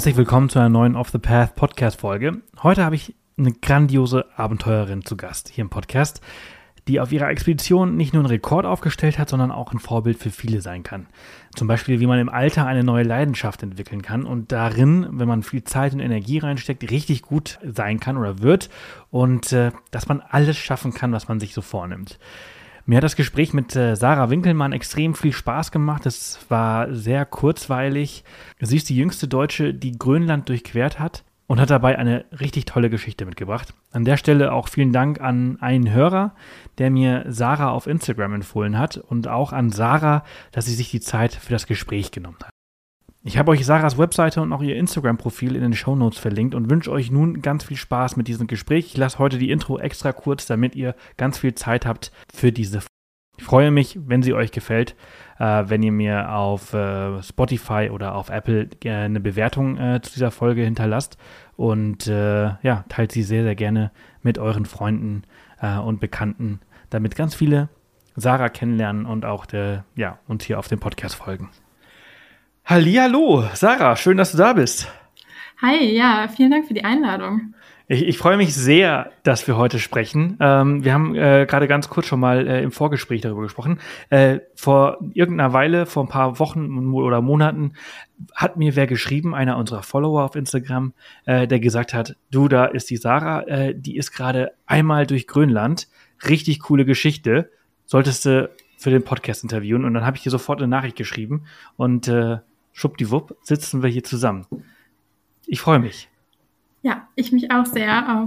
Herzlich willkommen zu einer neuen Off the Path Podcast-Folge. Heute habe ich eine grandiose Abenteurerin zu Gast hier im Podcast, die auf ihrer Expedition nicht nur einen Rekord aufgestellt hat, sondern auch ein Vorbild für viele sein kann. Zum Beispiel, wie man im Alter eine neue Leidenschaft entwickeln kann und darin, wenn man viel Zeit und Energie reinsteckt, richtig gut sein kann oder wird und dass man alles schaffen kann, was man sich so vornimmt. Mir hat das Gespräch mit Sarah Winkelmann extrem viel Spaß gemacht. Es war sehr kurzweilig. Sie ist die jüngste Deutsche, die Grönland durchquert hat und hat dabei eine richtig tolle Geschichte mitgebracht. An der Stelle auch vielen Dank an einen Hörer, der mir Sarah auf Instagram empfohlen hat und auch an Sarah, dass sie sich die Zeit für das Gespräch genommen hat. Ich habe euch Sarahs Webseite und auch ihr Instagram-Profil in den Shownotes verlinkt und wünsche euch nun ganz viel Spaß mit diesem Gespräch. Ich lasse heute die Intro extra kurz, damit ihr ganz viel Zeit habt für diese Folge. Ich freue mich, wenn sie euch gefällt, wenn ihr mir auf Spotify oder auf Apple eine Bewertung zu dieser Folge hinterlasst und teilt sie sehr, sehr gerne mit euren Freunden und Bekannten, damit ganz viele Sarah kennenlernen und auch uns hier auf dem Podcast folgen. Hallihallo, Sarah, schön, dass du da bist. Hi, ja, vielen Dank für die Einladung. Ich freue mich sehr, dass wir heute sprechen. Wir haben gerade ganz kurz schon mal im Vorgespräch darüber gesprochen. Vor irgendeiner Weile, vor ein paar Wochen oder Monaten, hat mir wer geschrieben, einer unserer Follower auf Instagram, der gesagt hat, du, da ist die Sarah, die ist gerade einmal durch Grönland. Richtig coole Geschichte. Solltest du für den Podcast interviewen. Und dann habe ich dir sofort eine Nachricht geschrieben und schwuppdiwupp sitzen wir hier zusammen. Ich freue mich. Ja, ich mich auch sehr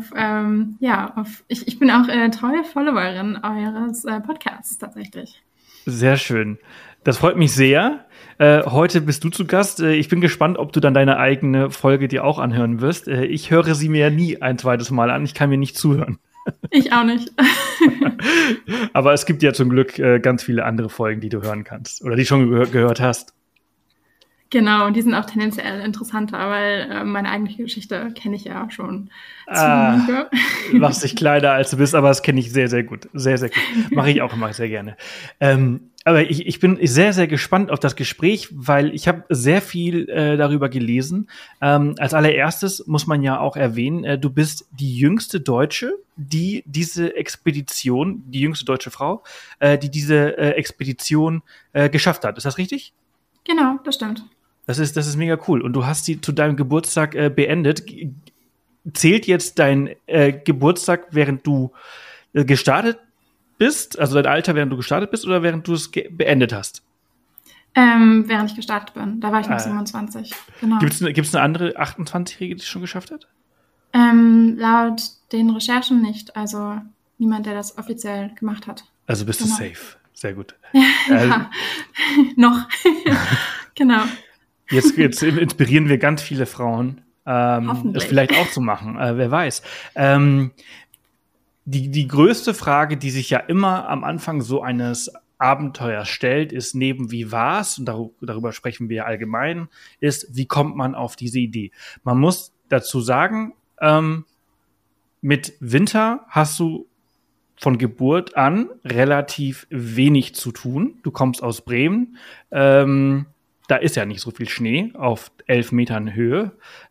ich bin auch treue Followerin eures Podcasts tatsächlich. Sehr schön. Das freut mich sehr. Heute bist du zu Gast. Ich bin gespannt, ob du dann deine eigene Folge dir auch anhören wirst. Ich höre sie mir ja nie ein zweites Mal an. Ich kann mir nicht zuhören. Ich auch nicht. Aber es gibt ja zum Glück ganz viele andere Folgen, die du hören kannst oder die schon gehört hast. Genau, und die sind auch tendenziell interessanter, weil meine eigentliche Geschichte kenne ich ja schon. Machst dich kleiner, als du bist, aber das kenne ich sehr, sehr gut. Sehr, sehr gut. Mache ich auch immer sehr gerne. Aber ich bin sehr, sehr gespannt auf das Gespräch, weil ich habe sehr viel darüber gelesen. Als allererstes muss man ja auch erwähnen, du bist die jüngste Deutsche, die diese Expedition, die jüngste deutsche Frau, die diese Expedition geschafft hat. Ist das richtig? Genau, das stimmt. Das ist mega cool. Und du hast sie zu deinem Geburtstag beendet. Zählt jetzt dein Geburtstag, während du gestartet bist? Also dein Alter, während du gestartet bist oder während du es beendet hast? Während ich gestartet bin. Da war ich noch 27. Genau. Gibt's eine andere 28-Jährige, die es schon geschafft hat? Laut den Recherchen nicht. Also niemand, der das offiziell gemacht hat. Also bist du safe. Sehr gut. Ja, noch. Genau. Jetzt inspirieren wir ganz viele Frauen, das vielleicht auch zu machen. Wer weiß. Die größte Frage, die sich ja immer am Anfang so eines Abenteuers stellt, ist neben wie war's, und darüber sprechen wir allgemein, ist, wie kommt man auf diese Idee? Man muss dazu sagen, mit Winter hast du von Geburt an relativ wenig zu tun. Du kommst aus Bremen. Da ist ja nicht so viel Schnee auf 11 Metern Höhe.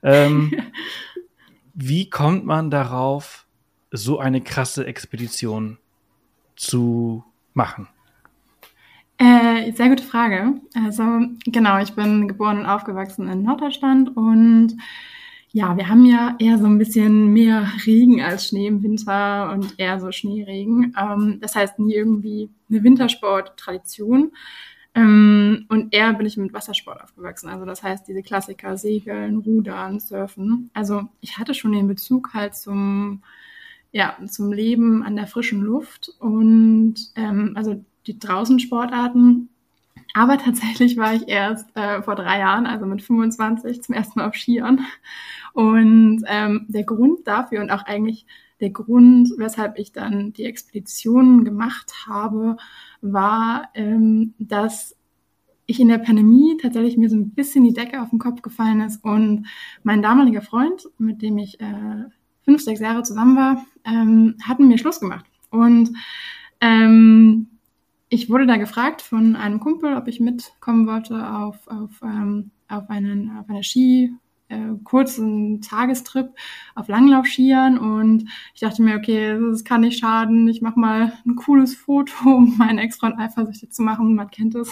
Wie kommt man darauf, so eine krasse Expedition zu machen? Sehr gute Frage. Also genau, ich bin geboren und aufgewachsen in Norddeutschland und ja, wir haben ja eher so ein bisschen mehr Regen als Schnee im Winter und eher so Schneeregen. Das heißt nie irgendwie eine Wintersport-Tradition. Und eher bin ich mit Wassersport aufgewachsen. Also das heißt, diese Klassiker, Segeln, Rudern, Surfen. Also ich hatte schon den Bezug halt zum Leben an der frischen Luft und also die Draußensportarten. Aber tatsächlich war ich erst vor 3 Jahren, also mit 25, zum ersten Mal auf Skiern. Und der Grund dafür und auch eigentlich der Grund, weshalb ich dann die Expedition gemacht habe, war, dass ich in der Pandemie tatsächlich mir so ein bisschen die Decke auf den Kopf gefallen ist und mein damaliger Freund, mit dem ich 5, 6 Jahre zusammen war, hatten mir Schluss gemacht. Und ich wurde da gefragt von einem Kumpel, ob ich mitkommen wollte auf eine kurzen Tagestrip auf Langlaufskiern und ich dachte mir, okay, das kann nicht schaden, ich mache mal ein cooles Foto, um meinen Ex-Freund eifersüchtig zu machen, man kennt es.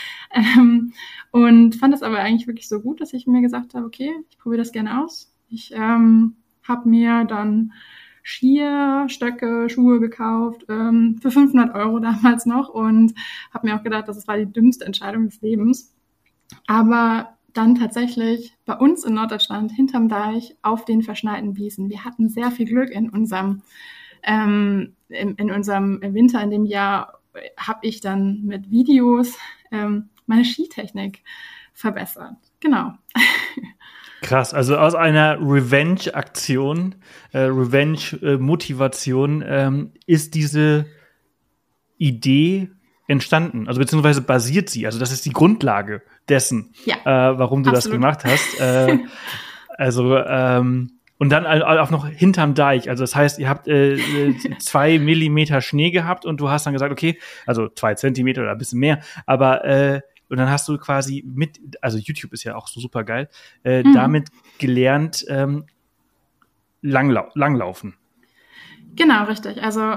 Und fand das aber eigentlich wirklich so gut, dass ich mir gesagt habe, okay, ich probiere das gerne aus. Ich habe mir dann Skier, Stöcke, Schuhe gekauft, für 500 € damals noch und habe mir auch gedacht, das war die dümmste Entscheidung des Lebens. Aber dann tatsächlich bei uns in Norddeutschland hinterm Deich auf den verschneiten Wiesen. Wir hatten sehr viel Glück in unserem Winter in dem Jahr, habe ich dann mit Videos meine Skitechnik verbessert. Genau. Krass, also aus einer Revenge-Aktion, Revenge-Motivation ist diese Idee entstanden, also beziehungsweise basiert sie, also das ist die Grundlage dessen, warum du absolut. das gemacht hast. Und dann auch noch hinterm Deich, also das heißt, ihr habt 2 Millimeter Schnee gehabt und du hast dann gesagt, okay, also 2 Zentimeter oder ein bisschen mehr, aber und dann hast du quasi also YouTube ist ja auch so super geil, damit gelernt Langlaufen. Genau, richtig. Also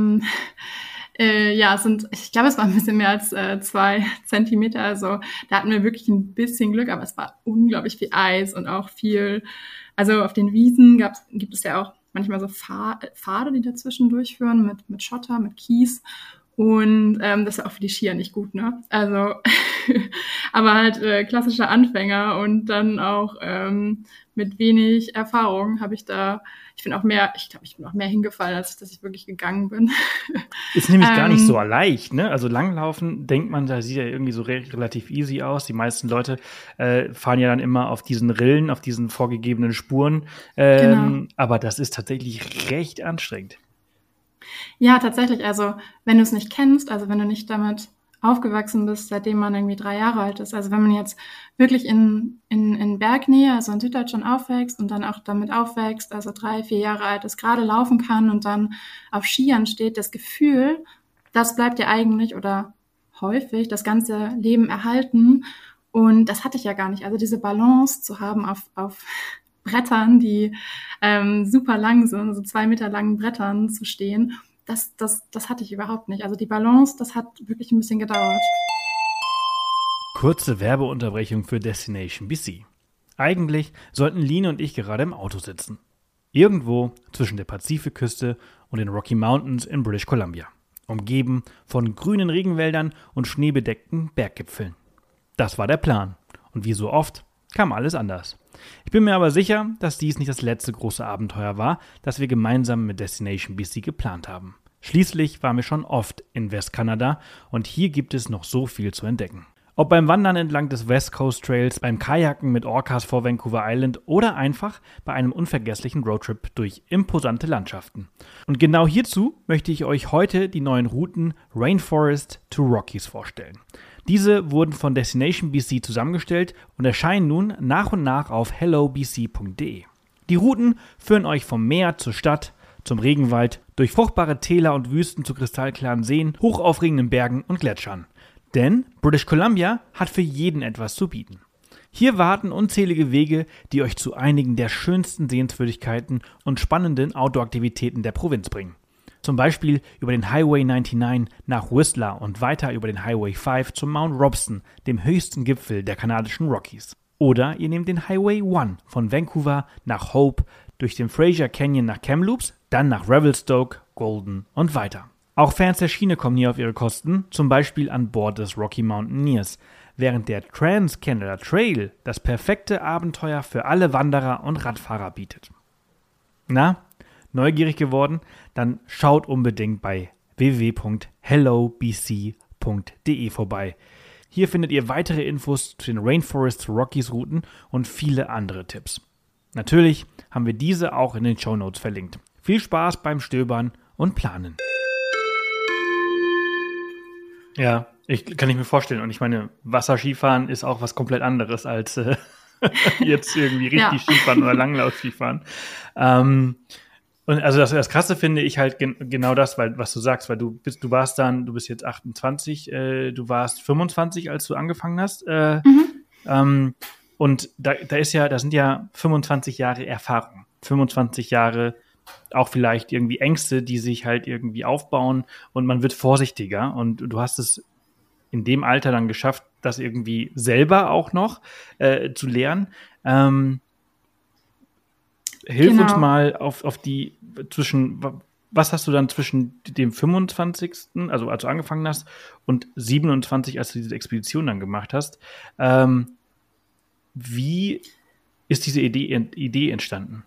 ich glaube, es war ein bisschen mehr als 2 Zentimeter. Also da hatten wir wirklich ein bisschen Glück, aber es war unglaublich viel Eis und auch viel, also auf den Wiesen gibt es ja auch manchmal so Pfade, die dazwischen durchführen mit Schotter, mit Kies. Und das ist auch für die Skier nicht gut, ne? Also, aber halt klassischer Anfänger und dann auch mit wenig Erfahrung habe ich da, ich bin auch mehr hingefallen, als dass ich wirklich gegangen bin. Ist nämlich gar nicht so leicht, ne? Also Langlaufen, denkt man, da sieht ja irgendwie so relativ easy aus. Die meisten Leute fahren ja dann immer auf diesen Rillen, auf diesen vorgegebenen Spuren. Genau. Aber das ist tatsächlich recht anstrengend. Ja, tatsächlich. Also, wenn du es nicht kennst, also wenn du nicht damit aufgewachsen bist, seitdem man irgendwie 3 Jahre alt ist. Also wenn man jetzt wirklich in Bergnähe, also in Süddeutschland aufwächst und dann auch damit aufwächst, also 3, 4 Jahre alt ist, gerade laufen kann und dann auf Skiern steht, das Gefühl, das bleibt dir eigentlich oder häufig das ganze Leben erhalten. Und das hatte ich ja gar nicht. Also diese Balance zu haben auf Brettern, die super lang sind, also 2 Meter langen Brettern zu stehen, das hatte ich überhaupt nicht. Also die Balance, das hat wirklich ein bisschen gedauert. Kurze Werbeunterbrechung für Destination BC. Eigentlich sollten Line und ich gerade im Auto sitzen. Irgendwo zwischen der Pazifikküste und den Rocky Mountains in British Columbia. Umgeben von grünen Regenwäldern und schneebedeckten Berggipfeln. Das war der Plan. Und wie so oft kam alles anders. Ich bin mir aber sicher, dass dies nicht das letzte große Abenteuer war, das wir gemeinsam mit Destination BC geplant haben. Schließlich waren wir schon oft in Westkanada und hier gibt es noch so viel zu entdecken. Ob beim Wandern entlang des West Coast Trails, beim Kajaken mit Orcas vor Vancouver Island oder einfach bei einem unvergesslichen Roadtrip durch imposante Landschaften. Und genau hierzu möchte ich euch heute die neuen Routen Rainforest to Rockies vorstellen. Diese wurden von Destination BC zusammengestellt und erscheinen nun nach und nach auf hellobc.de. Die Routen führen euch vom Meer zur Stadt, zum Regenwald, durch fruchtbare Täler und Wüsten zu kristallklaren Seen, hochaufregenden Bergen und Gletschern. Denn British Columbia hat für jeden etwas zu bieten. Hier warten unzählige Wege, die euch zu einigen der schönsten Sehenswürdigkeiten und spannenden Outdoor-Aktivitäten der Provinz bringen. Zum Beispiel über den Highway 99 nach Whistler und weiter über den Highway 5 zum Mount Robson, dem höchsten Gipfel der kanadischen Rockies. Oder ihr nehmt den Highway 1 von Vancouver nach Hope, durch den Fraser Canyon nach Kamloops, dann nach Revelstoke, Golden und weiter. Auch Fans der Schiene kommen hier auf ihre Kosten, zum Beispiel an Bord des Rocky Mountaineers, während der Trans-Canada Trail das perfekte Abenteuer für alle Wanderer und Radfahrer bietet. Na, neugierig geworden? Dann schaut unbedingt bei www.hellobc.de vorbei. Hier findet ihr weitere Infos zu den Rainforest Rockies Routen und viele andere Tipps. Natürlich haben wir diese auch in den Shownotes verlinkt. Viel Spaß beim Stöbern und Planen. Ja, kann ich mir vorstellen. Und ich meine, Wasserskifahren ist auch was komplett anderes als jetzt irgendwie richtig Skifahren oder Langlauf-Skifahren. Und also das Krasse finde ich halt genau das, was du sagst, weil du bist jetzt 28, du warst 25, als du angefangen hast. Und da sind ja 25 Jahre Erfahrung, 25 Jahre auch vielleicht irgendwie Ängste, die sich halt irgendwie aufbauen und man wird vorsichtiger und du hast es in dem Alter dann geschafft, das irgendwie selber auch noch zu lernen. Hilf uns mal auf die was hast du dann zwischen dem 25., also als du angefangen hast, und 27, als du diese Expedition dann gemacht hast, wie ist diese Idee entstanden?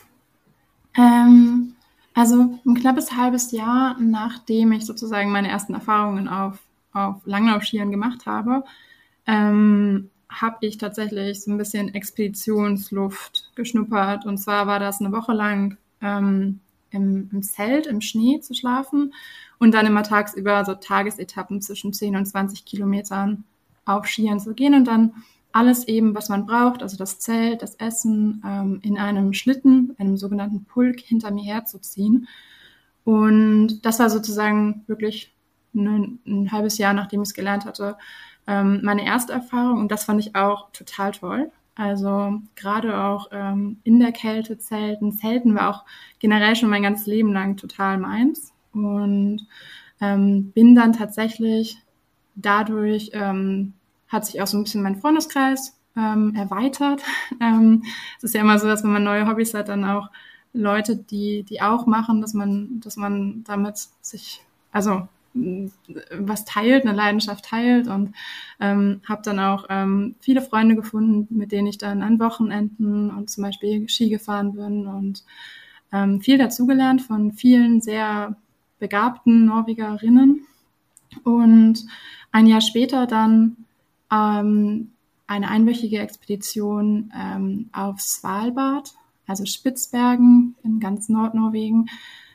Also ein knappes halbes Jahr, nachdem ich sozusagen meine ersten Erfahrungen auf Langlaufskiern gemacht habe, habe ich tatsächlich so ein bisschen Expeditionsluft geschnuppert. Und zwar war das eine Woche lang im Zelt, im Schnee zu schlafen und dann immer tagsüber so Tagesetappen zwischen 10 und 20 Kilometern auf Skiern zu gehen und dann alles eben, was man braucht, also das Zelt, das Essen, in einem Schlitten, einem sogenannten Pulk, hinter mir herzuziehen. Und das war sozusagen wirklich ein halbes Jahr, nachdem ich es gelernt hatte, meine erste Erfahrung. Und das fand ich auch total toll. Also gerade auch in der Kälte zelten. Zelten war auch generell schon mein ganzes Leben lang total meins. Und bin dann tatsächlich dadurch hat sich auch so ein bisschen mein Freundeskreis erweitert. Es ist ja immer so, dass wenn man neue Hobbys hat, dann auch Leute, die auch machen, dass man damit sich, also was teilt, eine Leidenschaft teilt und habe dann auch viele Freunde gefunden, mit denen ich dann an Wochenenden und zum Beispiel Ski gefahren bin und viel dazugelernt von vielen sehr begabten Norwegerinnen. Und ein Jahr später dann eine einwöchige Expedition auf Svalbard, also Spitzbergen in ganz Nordnorwegen.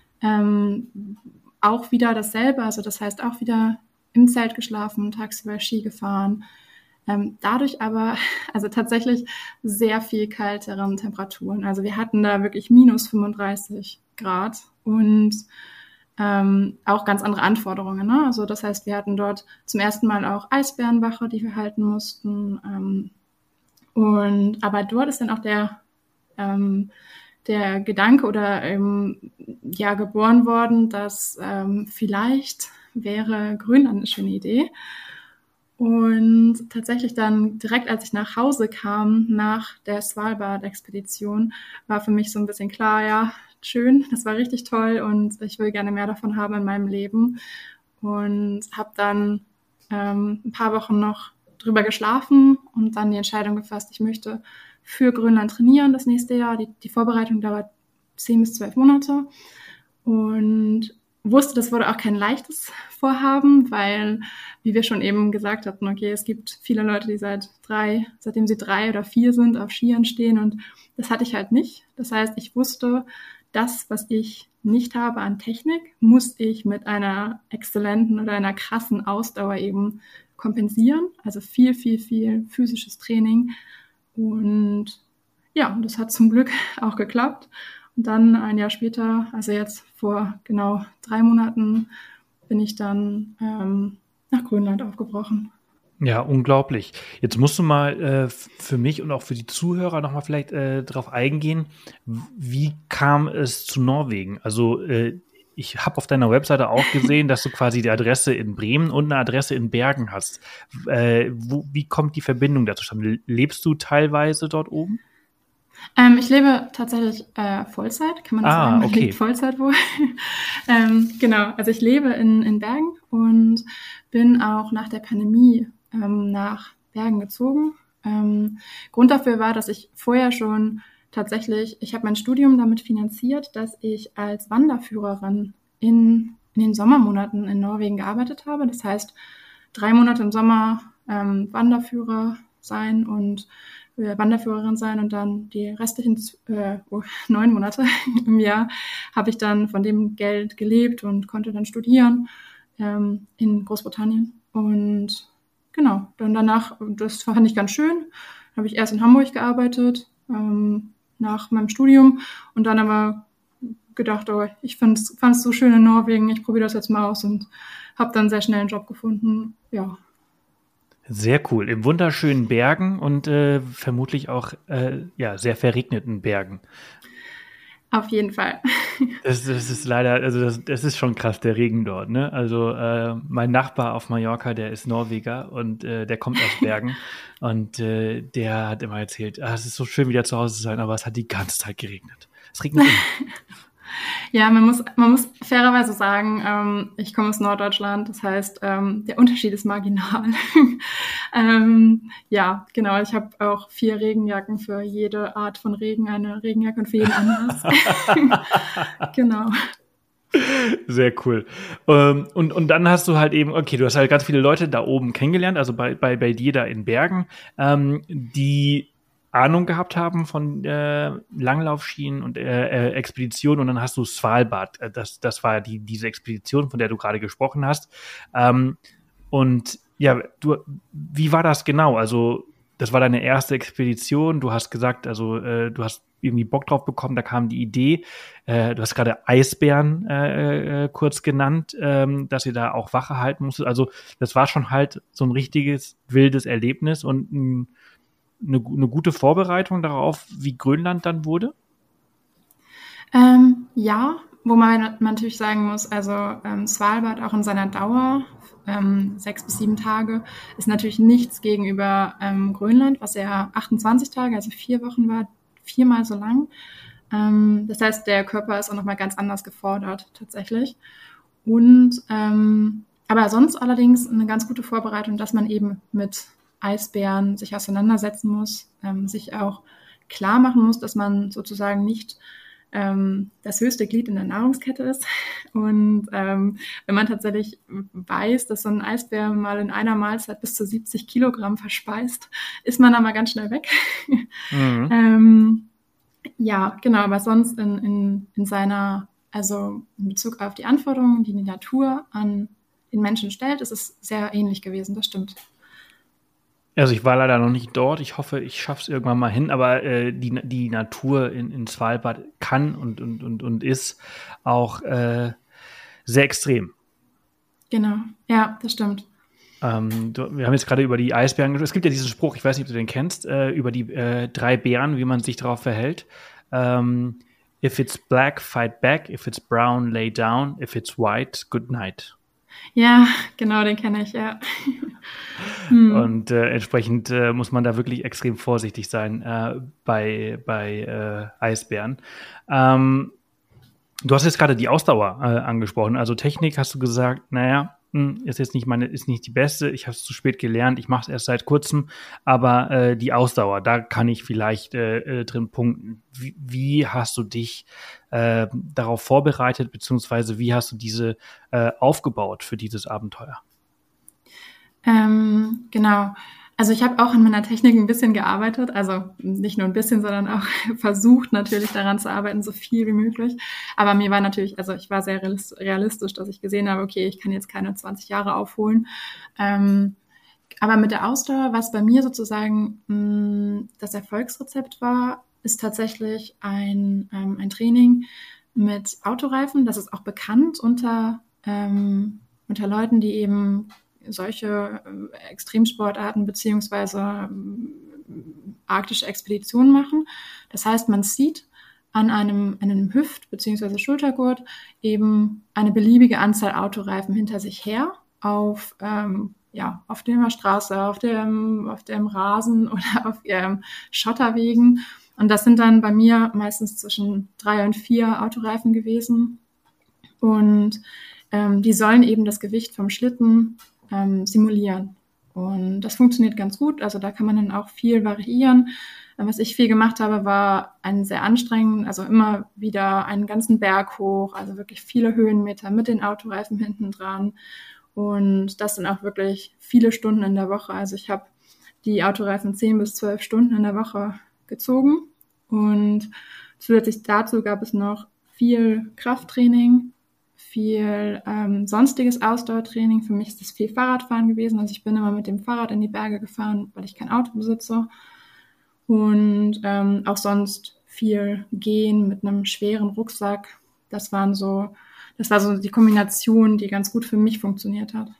Auch wieder dasselbe, also das heißt auch wieder im Zelt geschlafen, tagsüber Ski gefahren. Dadurch aber, also tatsächlich sehr viel kälteren Temperaturen. Also wir hatten da wirklich minus 35 Grad und auch ganz andere Anforderungen. Ne? Also das heißt, wir hatten dort zum ersten Mal auch Eisbärenwache, die wir halten mussten. Aber dort ist dann auch der Gedanke oder geboren worden, dass vielleicht wäre Grönland eine schöne Idee. Und tatsächlich dann direkt, als ich nach Hause kam, nach der Svalbard-Expedition, war für mich so ein bisschen klar, ja, schön, das war richtig toll und ich will gerne mehr davon haben in meinem Leben. Und habe dann ein paar Wochen noch drüber geschlafen und dann die Entscheidung gefasst, ich möchte für Grönland trainieren das nächste Jahr. Die Vorbereitung dauert 10 bis 12 Monate und wusste, das wurde auch kein leichtes Vorhaben, weil, wie wir schon eben gesagt hatten, okay, es gibt viele Leute, die seitdem sie 3 oder 4 sind, auf Skiern stehen und das hatte ich halt nicht. Das heißt, ich wusste, das, was ich nicht habe an Technik, muss ich mit einer exzellenten oder einer krassen Ausdauer eben kompensieren. Also viel, viel, viel physisches Training. Und ja, das hat zum Glück auch geklappt. Und dann ein Jahr später, also jetzt vor genau 3 Monaten, bin ich dann nach Grönland aufgebrochen. Ja, unglaublich. Jetzt musst du mal für mich und auch für die Zuhörer nochmal vielleicht darauf eingehen, wie kam es zu Norwegen? Also ich habe auf deiner Webseite auch gesehen, dass du quasi die Adresse in Bremen und eine Adresse in Bergen hast. Wie kommt die Verbindung dazu zustande? Lebst du teilweise dort oben? Ich lebe tatsächlich Vollzeit, kann man das sagen? Man lebt Vollzeit wohl. Genau, also ich lebe in Bergen und bin auch nach der Pandemie nach Bergen gezogen. Grund dafür war, dass ich vorher schon ich habe mein Studium damit finanziert, dass ich als Wanderführerin in den Sommermonaten in Norwegen gearbeitet habe. Das heißt, 3 Monate im Sommer Wanderführerin sein und dann die restlichen 9 Monate im Jahr habe ich dann von dem Geld gelebt und konnte dann studieren in Großbritannien. Und genau, dann danach, das fand ich ganz schön, habe ich erst in Hamburg gearbeitet, nach meinem Studium und dann aber gedacht, oh, ich fand es so schön in Norwegen, ich probiere das jetzt mal aus und habe dann sehr schnell einen Job gefunden, ja. Sehr cool. Im wunderschönen Bergen und vermutlich auch sehr verregneten Bergen. Auf jeden Fall. Das ist leider, also das ist schon krass, der Regen dort, ne? Also mein Nachbar auf Mallorca, der ist Norweger und der kommt aus Bergen und der hat immer erzählt, es ist so schön wieder zu Hause zu sein, aber es hat die ganze Zeit geregnet. Es regnet immer. Ja, man muss fairerweise sagen, ich komme aus Norddeutschland, das heißt, der Unterschied ist marginal. Ja, genau, ich habe auch 4 Regenjacken für jede Art von Regen, eine Regenjacke und für jeden Anlass. Genau. Sehr cool. Und dann hast du halt eben, okay, du hast halt ganz viele Leute da oben kennengelernt, also bei dir da in Bergen, die Ahnung gehabt haben von Langlaufschienen und Expeditionen, und dann hast du Svalbard, das war diese Expedition, von der du gerade gesprochen hast. Und ja, wie war das genau? Also das war deine erste Expedition, du hast gesagt, also du hast irgendwie Bock drauf bekommen, da kam die Idee, du hast gerade Eisbären kurz genannt, dass ihr da auch Wache halten musstet. Also das war schon halt so ein richtiges wildes Erlebnis und eine gute Vorbereitung darauf, wie Grönland dann wurde? Ja, wo man natürlich sagen muss, also Svalbard auch in seiner Dauer, 6 bis 7 Tage, ist natürlich nichts gegenüber Grönland, was ja 28 Tage, also 4 Wochen war, 4-mal so lang. Das heißt, der Körper ist auch nochmal ganz anders gefordert tatsächlich. Und aber sonst allerdings eine ganz gute Vorbereitung, dass man eben mit Eisbären sich auseinandersetzen muss, sich auch klar machen muss, dass man sozusagen nicht das höchste Glied in der Nahrungskette ist. Und wenn man tatsächlich weiß, dass so ein Eisbär mal in einer Mahlzeit bis zu 70 Kilogramm verspeist, ist man da mal ganz schnell weg. Mhm. Ja, genau, aber sonst in seiner, also in Bezug auf die Anforderungen, die Natur an den Menschen stellt, ist es sehr ähnlich gewesen, das stimmt. Also ich war leider noch nicht dort. Ich hoffe, ich schaffe es irgendwann mal hin. Aber die Natur in Svalbard kann und ist auch sehr extrem. Genau, ja, das stimmt. Wir haben jetzt gerade über die Eisbären gesprochen. Es gibt ja diesen Spruch, ich weiß nicht, ob du den kennst, über die 3 Bären, wie man sich darauf verhält. If it's black, fight back. If it's brown, lay down. If it's white, good night. Ja, genau, den kenne ich, ja. Und entsprechend muss man da wirklich extrem vorsichtig sein bei Eisbären. Du hast jetzt gerade die Ausdauer angesprochen. Also Technik hast du gesagt, naja, ist jetzt ist nicht die beste. Ich habe es zu spät gelernt. Ich mache es erst seit kurzem. Aber die Ausdauer, da kann ich vielleicht drin punkten. Wie hast du dich darauf vorbereitet, beziehungsweise wie hast du diese aufgebaut für dieses Abenteuer? Genau. Also ich habe auch an meiner Technik ein bisschen gearbeitet, also nicht nur ein bisschen, sondern auch versucht natürlich daran zu arbeiten, so viel wie möglich. Aber mir war natürlich, also ich war sehr realistisch, dass ich gesehen habe, okay, ich kann jetzt keine 20 Jahre aufholen. Aber mit der Ausdauer, was bei mir sozusagen das Erfolgsrezept war, ist tatsächlich ein Training mit Autoreifen. Das ist auch bekannt unter Leuten, die eben solche Extremsportarten beziehungsweise arktische Expeditionen machen. Das heißt, man zieht an einem Hüft- beziehungsweise Schultergurt eben eine beliebige Anzahl Autoreifen hinter sich her auf der Straße, auf dem Rasen oder auf Schotterwegen. Und das sind dann bei mir meistens zwischen 3 und 4 Autoreifen gewesen. Und die sollen eben das Gewicht vom Schlitten simulieren. Und das funktioniert ganz gut. Also da kann man dann auch viel variieren. Was ich viel gemacht habe, war ein sehr anstrengend, also immer wieder einen ganzen Berg hoch, also wirklich viele Höhenmeter mit den Autoreifen hinten dran. Und das sind auch wirklich viele Stunden in der Woche. Also ich habe die Autoreifen 10 bis 12 Stunden in der Woche gezogen. Und zusätzlich dazu gab es noch viel Krafttraining, viel sonstiges Ausdauertraining. Für mich ist das viel Fahrradfahren gewesen. Also ich bin immer mit dem Fahrrad in die Berge gefahren, weil ich kein Auto besitze. Und auch sonst viel Gehen mit einem schweren Rucksack. Das war so die Kombination, die ganz gut für mich funktioniert hat.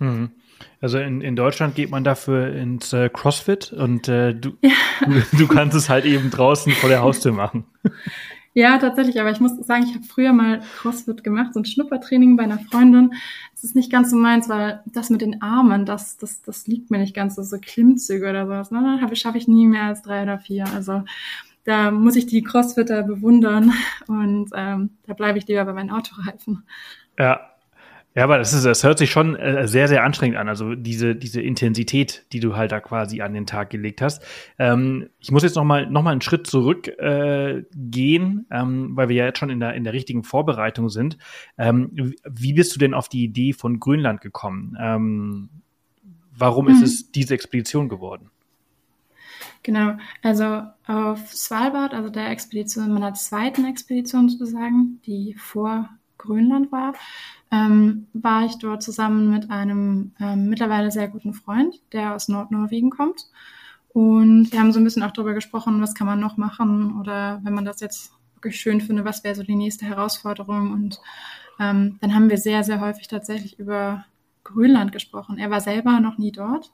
Mhm. Also in Deutschland geht man dafür ins CrossFit und du kannst es halt eben draußen vor der Haustür machen. Ja, tatsächlich, aber ich muss sagen, ich habe früher mal CrossFit gemacht, so ein Schnuppertraining bei einer Freundin. Es ist nicht ganz so meins, weil das mit den Armen, das liegt mir nicht ganz so Klimmzüge oder sowas. Ne? Schaffe ich nie mehr als 3 oder 4. Also da muss ich die Crossfitter bewundern und da bleibe ich lieber bei meinen Autoreifen. Ja. Ja, aber das hört sich schon sehr, sehr anstrengend an. Also diese Intensität, die du halt da quasi an den Tag gelegt hast. Ich muss jetzt noch mal einen Schritt zurück gehen, weil wir ja jetzt schon in der richtigen Vorbereitung sind. Wie bist du denn auf die Idee von Grönland gekommen? Warum ist es diese Expedition geworden? Genau, also auf Svalbard, also der Expedition, meiner zweiten Expedition sozusagen, die vor Grönland war ich dort zusammen mit einem mittlerweile sehr guten Freund, der aus Nordnorwegen kommt. Und wir haben so ein bisschen auch darüber gesprochen, was kann man noch machen oder wenn man das jetzt wirklich schön findet, was wäre so die nächste Herausforderung. Und dann haben wir sehr, sehr häufig tatsächlich über Grönland gesprochen. Er war selber noch nie dort,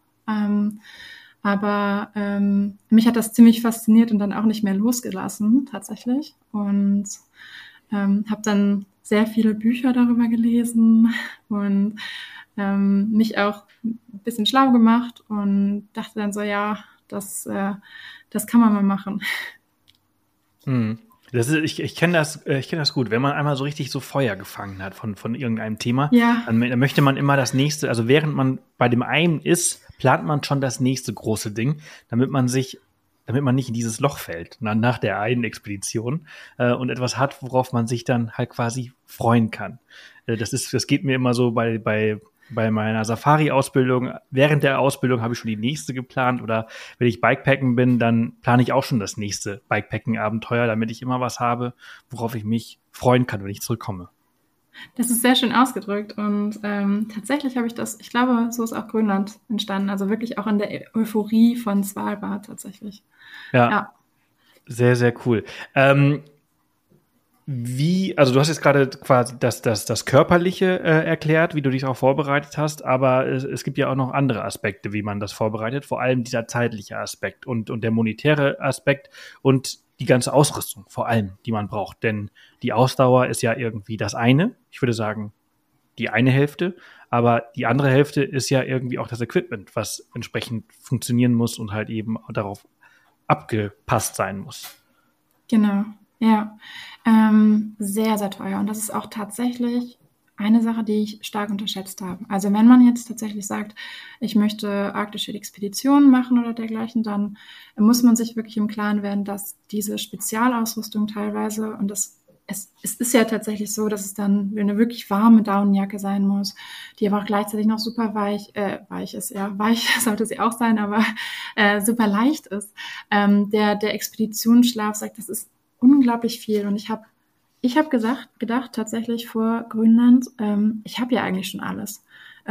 aber mich hat das ziemlich fasziniert und dann auch nicht mehr losgelassen tatsächlich. Und habe dann sehr viele Bücher darüber gelesen und mich auch ein bisschen schlau gemacht und dachte dann so, ja, das kann man mal machen. Ich kenne das gut. Wenn man einmal so richtig so Feuer gefangen hat von irgendeinem Thema, ja. dann möchte man immer das nächste, also während man bei dem einen ist, plant man schon das nächste große Ding, damit man nicht in dieses Loch fällt, nach der einen Expedition und etwas hat, worauf man sich dann halt quasi freuen kann. Das geht mir immer so bei meiner Safari-Ausbildung. Während der Ausbildung habe ich schon die nächste geplant oder wenn ich Bikepacken bin, dann plane ich auch schon das nächste Bikepacken-Abenteuer, damit ich immer was habe, worauf ich mich freuen kann, wenn ich zurückkomme. Das ist sehr schön ausgedrückt und tatsächlich habe ich ich glaube, so ist auch Grönland entstanden, also wirklich auch in der Euphorie von Svalbard tatsächlich. Ja. Sehr, sehr cool. Also du hast jetzt gerade quasi das Körperliche erklärt, wie du dich auch vorbereitet hast, aber es gibt ja auch noch andere Aspekte, wie man das vorbereitet, vor allem dieser zeitliche Aspekt und der monetäre Aspekt und die ganze Ausrüstung vor allem, die man braucht. Denn die Ausdauer ist ja irgendwie das eine, ich würde sagen, die eine Hälfte, aber die andere Hälfte ist ja irgendwie auch das Equipment, was entsprechend funktionieren muss und halt eben darauf abgepasst sein muss. Genau, ja. Sehr, sehr teuer. Und das ist auch tatsächlich eine Sache, die ich stark unterschätzt habe. Also wenn man jetzt tatsächlich sagt, ich möchte arktische Expeditionen machen oder dergleichen, dann muss man sich wirklich im Klaren werden, dass diese Spezialausrüstung teilweise, und es ist ja tatsächlich so, dass es dann eine wirklich warme Daunenjacke sein muss, die aber auch gleichzeitig noch super weich ist. Ja, weich sollte sie auch sein, aber super leicht ist. Der Expeditionsschlafsack, das ist unglaublich viel. Und ich habe gedacht tatsächlich vor Grönland, ich habe ja eigentlich schon alles.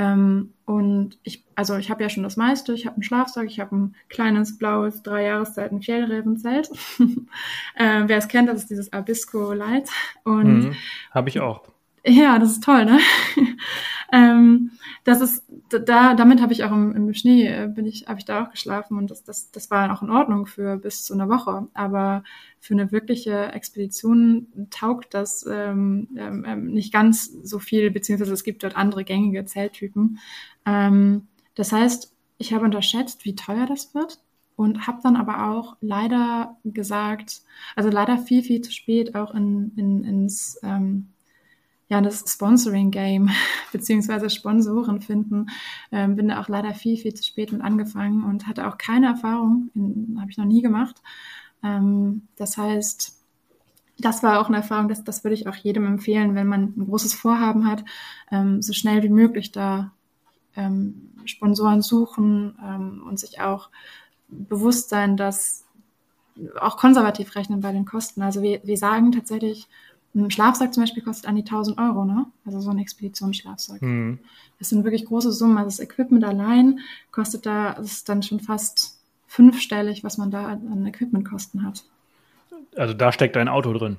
Und ich habe ja schon das meiste. Ich habe einen Schlafsack, ich habe ein kleines blaues 3 Jahreszeiten Fjällrävenzelt. Wer es kennt, das ist dieses Abisko Light. Und habe ich auch. Ja, das ist toll, ne? Damit habe ich auch im Schnee habe ich da auch geschlafen und das war auch in Ordnung für bis zu einer Woche. Aber für eine wirkliche Expedition taugt das nicht ganz so viel, beziehungsweise es gibt dort andere gängige Zelttypen. Das heißt, ich habe unterschätzt, wie teuer das wird. Und habe dann aber auch leider gesagt, also leider viel, viel zu spät auch ins das Sponsoring-Game, beziehungsweise Sponsoren finden, bin da auch leider viel, viel zu spät mit angefangen und hatte auch keine Erfahrung, habe ich noch nie gemacht. Das heißt, das war auch eine Erfahrung, das würde ich auch jedem empfehlen, wenn man ein großes Vorhaben hat, so schnell wie möglich da Sponsoren suchen und sich auch bewusst sein, dass auch konservativ rechnen bei den Kosten. Also wir sagen tatsächlich, ein Schlafsack zum Beispiel kostet an die 1.000 Euro, ne? Also so ein Expeditionsschlafsack. Das sind wirklich große Summen. Also das Equipment allein kostet das ist dann schon fast 5-stellig, was man da an Equipmentkosten hat. Also da steckt ein Auto drin.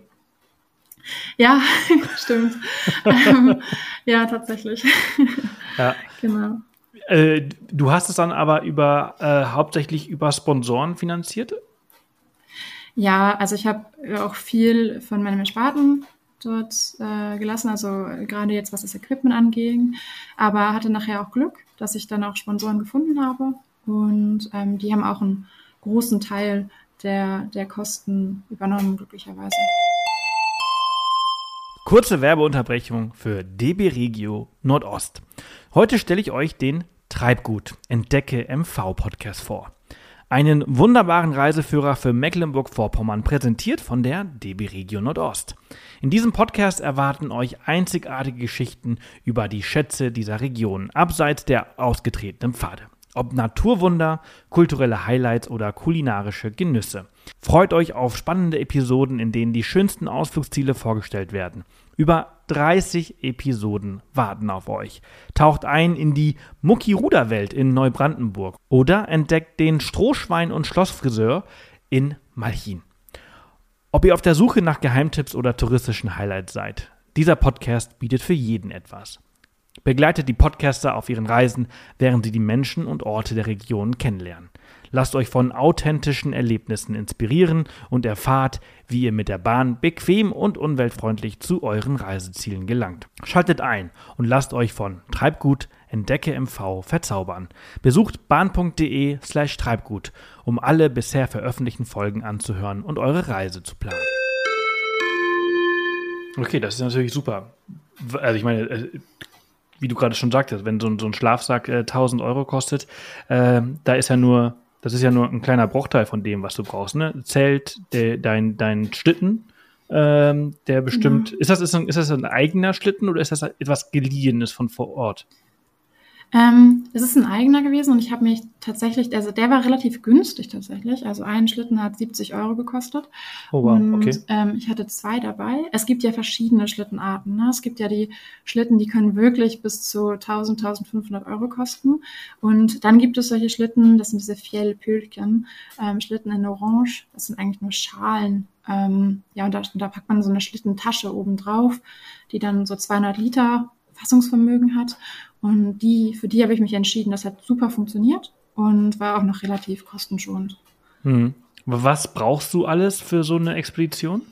Ja, stimmt. Ja, tatsächlich. Ja. Genau. Du hast es dann aber hauptsächlich über Sponsoren finanziert? Ja, also ich habe auch viel von meinem Ersparten dort gelassen, also gerade jetzt, was das Equipment anging, aber hatte nachher auch Glück, dass ich dann auch Sponsoren gefunden habe und die haben auch einen großen Teil der Kosten übernommen, glücklicherweise. Kurze Werbeunterbrechung für DB Regio Nordost. Heute stelle ich euch den Treibgut Entdecke MV Podcast vor. Einen wunderbaren Reiseführer für Mecklenburg-Vorpommern, präsentiert von der DB Regio Nordost. In diesem Podcast erwarten euch einzigartige Geschichten über die Schätze dieser Region, abseits der ausgetretenen Pfade. Ob Naturwunder, kulturelle Highlights oder kulinarische Genüsse. Freut euch auf spannende Episoden, in denen die schönsten Ausflugsziele vorgestellt werden. Über 30 Episoden warten auf euch. Taucht ein in die Muckiruder-Welt in Neubrandenburg oder entdeckt den Strohschwein- und Schlossfriseur in Malchin. Ob ihr auf der Suche nach Geheimtipps oder touristischen Highlights seid, dieser Podcast bietet für jeden etwas. Begleitet die Podcaster auf ihren Reisen, während sie die Menschen und Orte der Region kennenlernen. Lasst euch von authentischen Erlebnissen inspirieren und erfahrt, wie ihr mit der Bahn bequem und umweltfreundlich zu euren Reisezielen gelangt. Schaltet ein und lasst euch von Treibgut Entdecke MV verzaubern. Besucht bahn.de/Treibgut, um alle bisher veröffentlichten Folgen anzuhören und eure Reise zu planen. Okay, das ist natürlich super. Also ich meine, wie du gerade schon sagtest, wenn so ein Schlafsack 1.000 Euro kostet, das ist ja nur ein kleiner Bruchteil von dem, was du brauchst, ne? Zelt, dein Schlitten, der bestimmt, ist das ein eigener Schlitten oder ist das etwas Geliehenes von vor Ort? Es ist ein eigener gewesen und ich habe mich tatsächlich, also der war relativ günstig tatsächlich, also ein Schlitten hat 70 Euro gekostet. Oh wow, und okay. Ich hatte 2 dabei. Es gibt ja verschiedene Schlittenarten, ne? Es gibt ja die Schlitten, die können wirklich bis zu 1.500 Euro kosten und dann gibt es solche Schlitten, das sind diese Fjellpölken, Schlitten in Orange, das sind eigentlich nur Schalen. Ja, und da packt man so eine Schlittentasche oben drauf, die dann so 200 Liter Fassungsvermögen hat. Und für die habe ich mich entschieden. Das hat super funktioniert und war auch noch relativ kostenschonend. Was brauchst du alles für so eine Expedition?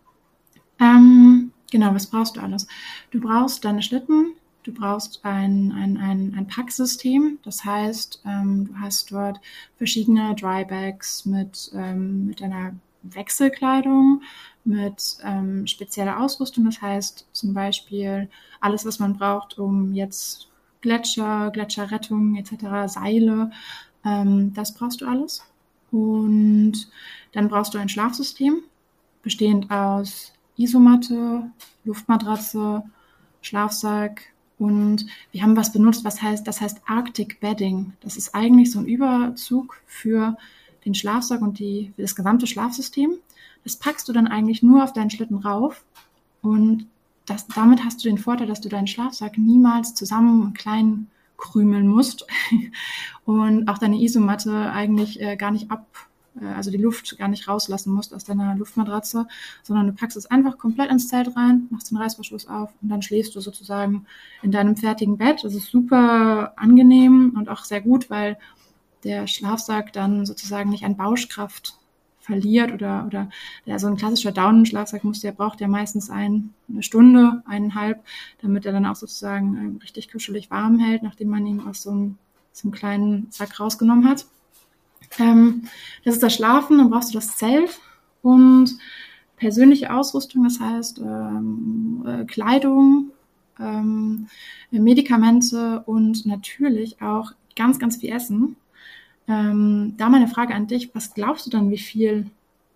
Genau, was brauchst du alles? Du brauchst deine Schlitten, du brauchst ein Packsystem. Das heißt, du hast dort verschiedene Drybags mit einer Wechselkleidung, mit spezieller Ausrüstung. Das heißt zum Beispiel alles, was man braucht, um jetzt Gletscherrettung etc., Seile, das brauchst du alles. Und dann brauchst du ein Schlafsystem, bestehend aus Isomatte, Luftmatratze, Schlafsack und wir haben was benutzt, das heißt Arctic Bedding. Das ist eigentlich so ein Überzug für den Schlafsack und für das gesamte Schlafsystem. Das packst du dann eigentlich nur auf deinen Schlitten rauf und damit hast du den Vorteil, dass du deinen Schlafsack niemals zusammen und klein krümeln musst und auch deine Isomatte eigentlich gar nicht also die Luft gar nicht rauslassen musst aus deiner Luftmatratze, sondern du packst es einfach komplett ins Zelt rein, machst den Reißverschluss auf und dann schläfst du sozusagen in deinem fertigen Bett. Das ist super angenehm und auch sehr gut, weil der Schlafsack dann sozusagen nicht an Bauschkraft verliert oder so ein klassischer Daunenschlafsack braucht ja meistens eine Stunde, 1,5, damit er dann auch sozusagen richtig kuschelig warm hält, nachdem man ihn aus so einem kleinen Sack rausgenommen hat. Das ist das Schlafen, dann brauchst du das Zelt und persönliche Ausrüstung, das heißt Kleidung, Medikamente und natürlich auch ganz, ganz viel Essen. Da meine Frage an dich, was glaubst du dann, wie viel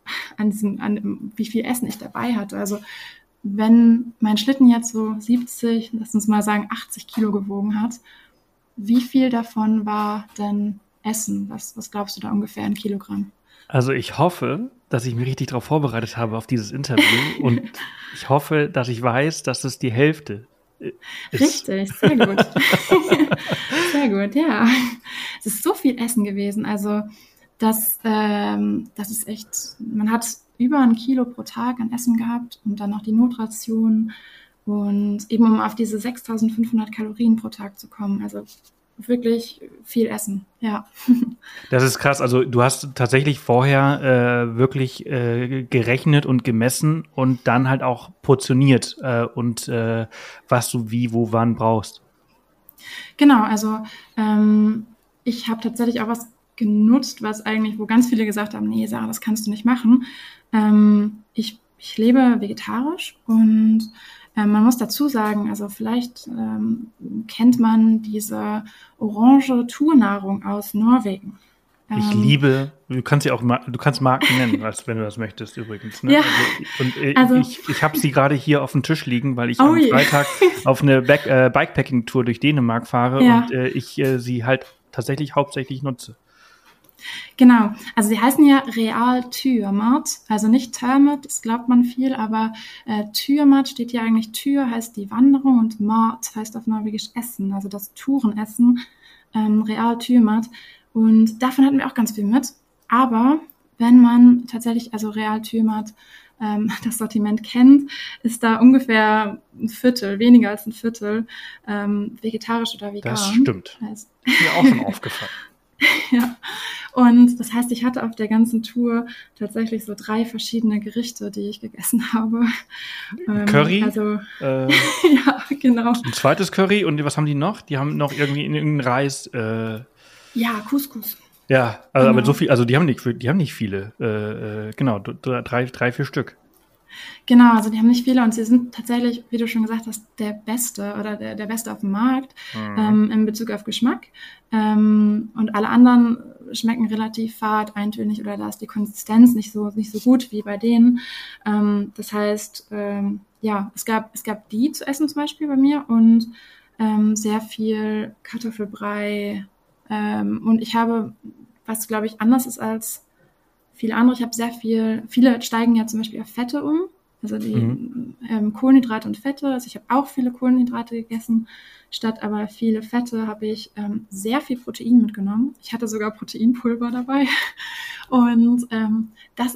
Essen ich dabei hatte? Also wenn mein Schlitten jetzt so 70, lass uns mal sagen 80 Kilo gewogen hat, wie viel davon war denn Essen? Was glaubst du da ungefähr in Kilogramm? Also ich hoffe, dass ich mich richtig darauf vorbereitet habe auf dieses Interview und ich hoffe, dass ich weiß, dass es die Hälfte ist. Richtig, sehr gut. Sehr gut, ja. Es ist so viel Essen gewesen. Also das ist echt, man hat über 1 Kilo pro Tag an Essen gehabt und dann noch die Notration und eben um auf diese 6.500 Kalorien pro Tag zu kommen. Also wirklich viel essen, ja. Das ist krass. Also du hast tatsächlich vorher wirklich gerechnet und gemessen und dann halt auch portioniert und was du wie, wo, wann brauchst. Genau, also ich habe tatsächlich auch was genutzt, was eigentlich, wo ganz viele gesagt haben, nee, Sarah, das kannst du nicht machen. Ich lebe vegetarisch und man muss dazu sagen, also vielleicht kennt man diese orange Tournahrung aus Norwegen. Ich liebe, du kannst Marken nennen, als wenn du das möchtest übrigens. Ne? Ja, also Ich habe sie gerade hier auf dem Tisch liegen, weil ich am Freitag auf eine Bikepacking-Tour durch Dänemark fahre und ich sie halt tatsächlich hauptsächlich nutze. Genau, also sie heißen ja Real Thyremat, also nicht Termet, das glaubt man viel, aber Thyremat steht ja eigentlich, Thyr heißt die Wanderung und Mat heißt auf Norwegisch Essen, also das Tourenessen, Real Thyremat. Und davon hatten wir auch ganz viel mit. Aber wenn man tatsächlich, also Real Thyremat, das Sortiment kennt, ist da ungefähr ein Viertel, weniger als ein Viertel, vegetarisch oder vegan. Das stimmt. Ist mir auch schon aufgefallen. Ja, und das heißt, ich hatte auf der ganzen Tour tatsächlich so 3 verschiedene Gerichte, die ich gegessen habe. Curry? Also, ja, genau. Ein zweites Curry und was haben die noch? Die haben noch irgendwie irgendeinen Reis. Ja, Couscous. Ja, also, aber so viel, also die haben nicht viele. Genau, 3, 4 Stück. Genau, also die haben nicht viele und sie sind tatsächlich, wie du schon gesagt hast, der Beste oder der Beste auf dem Markt in Bezug auf Geschmack. Und alle anderen schmecken relativ fad, eintönig oder da ist die Konsistenz nicht so gut wie bei denen. Das heißt, ja, es gab die zu essen zum Beispiel bei mir und sehr viel Kartoffelbrei. Und ich habe, was glaube ich anders ist als viele andere, ich habe viele steigen ja zum Beispiel auf Fette um, also die Kohlenhydrate und Fette, also ich habe auch viele Kohlenhydrate gegessen, statt aber viele Fette habe ich sehr viel Protein mitgenommen. Ich hatte sogar Proteinpulver dabei und das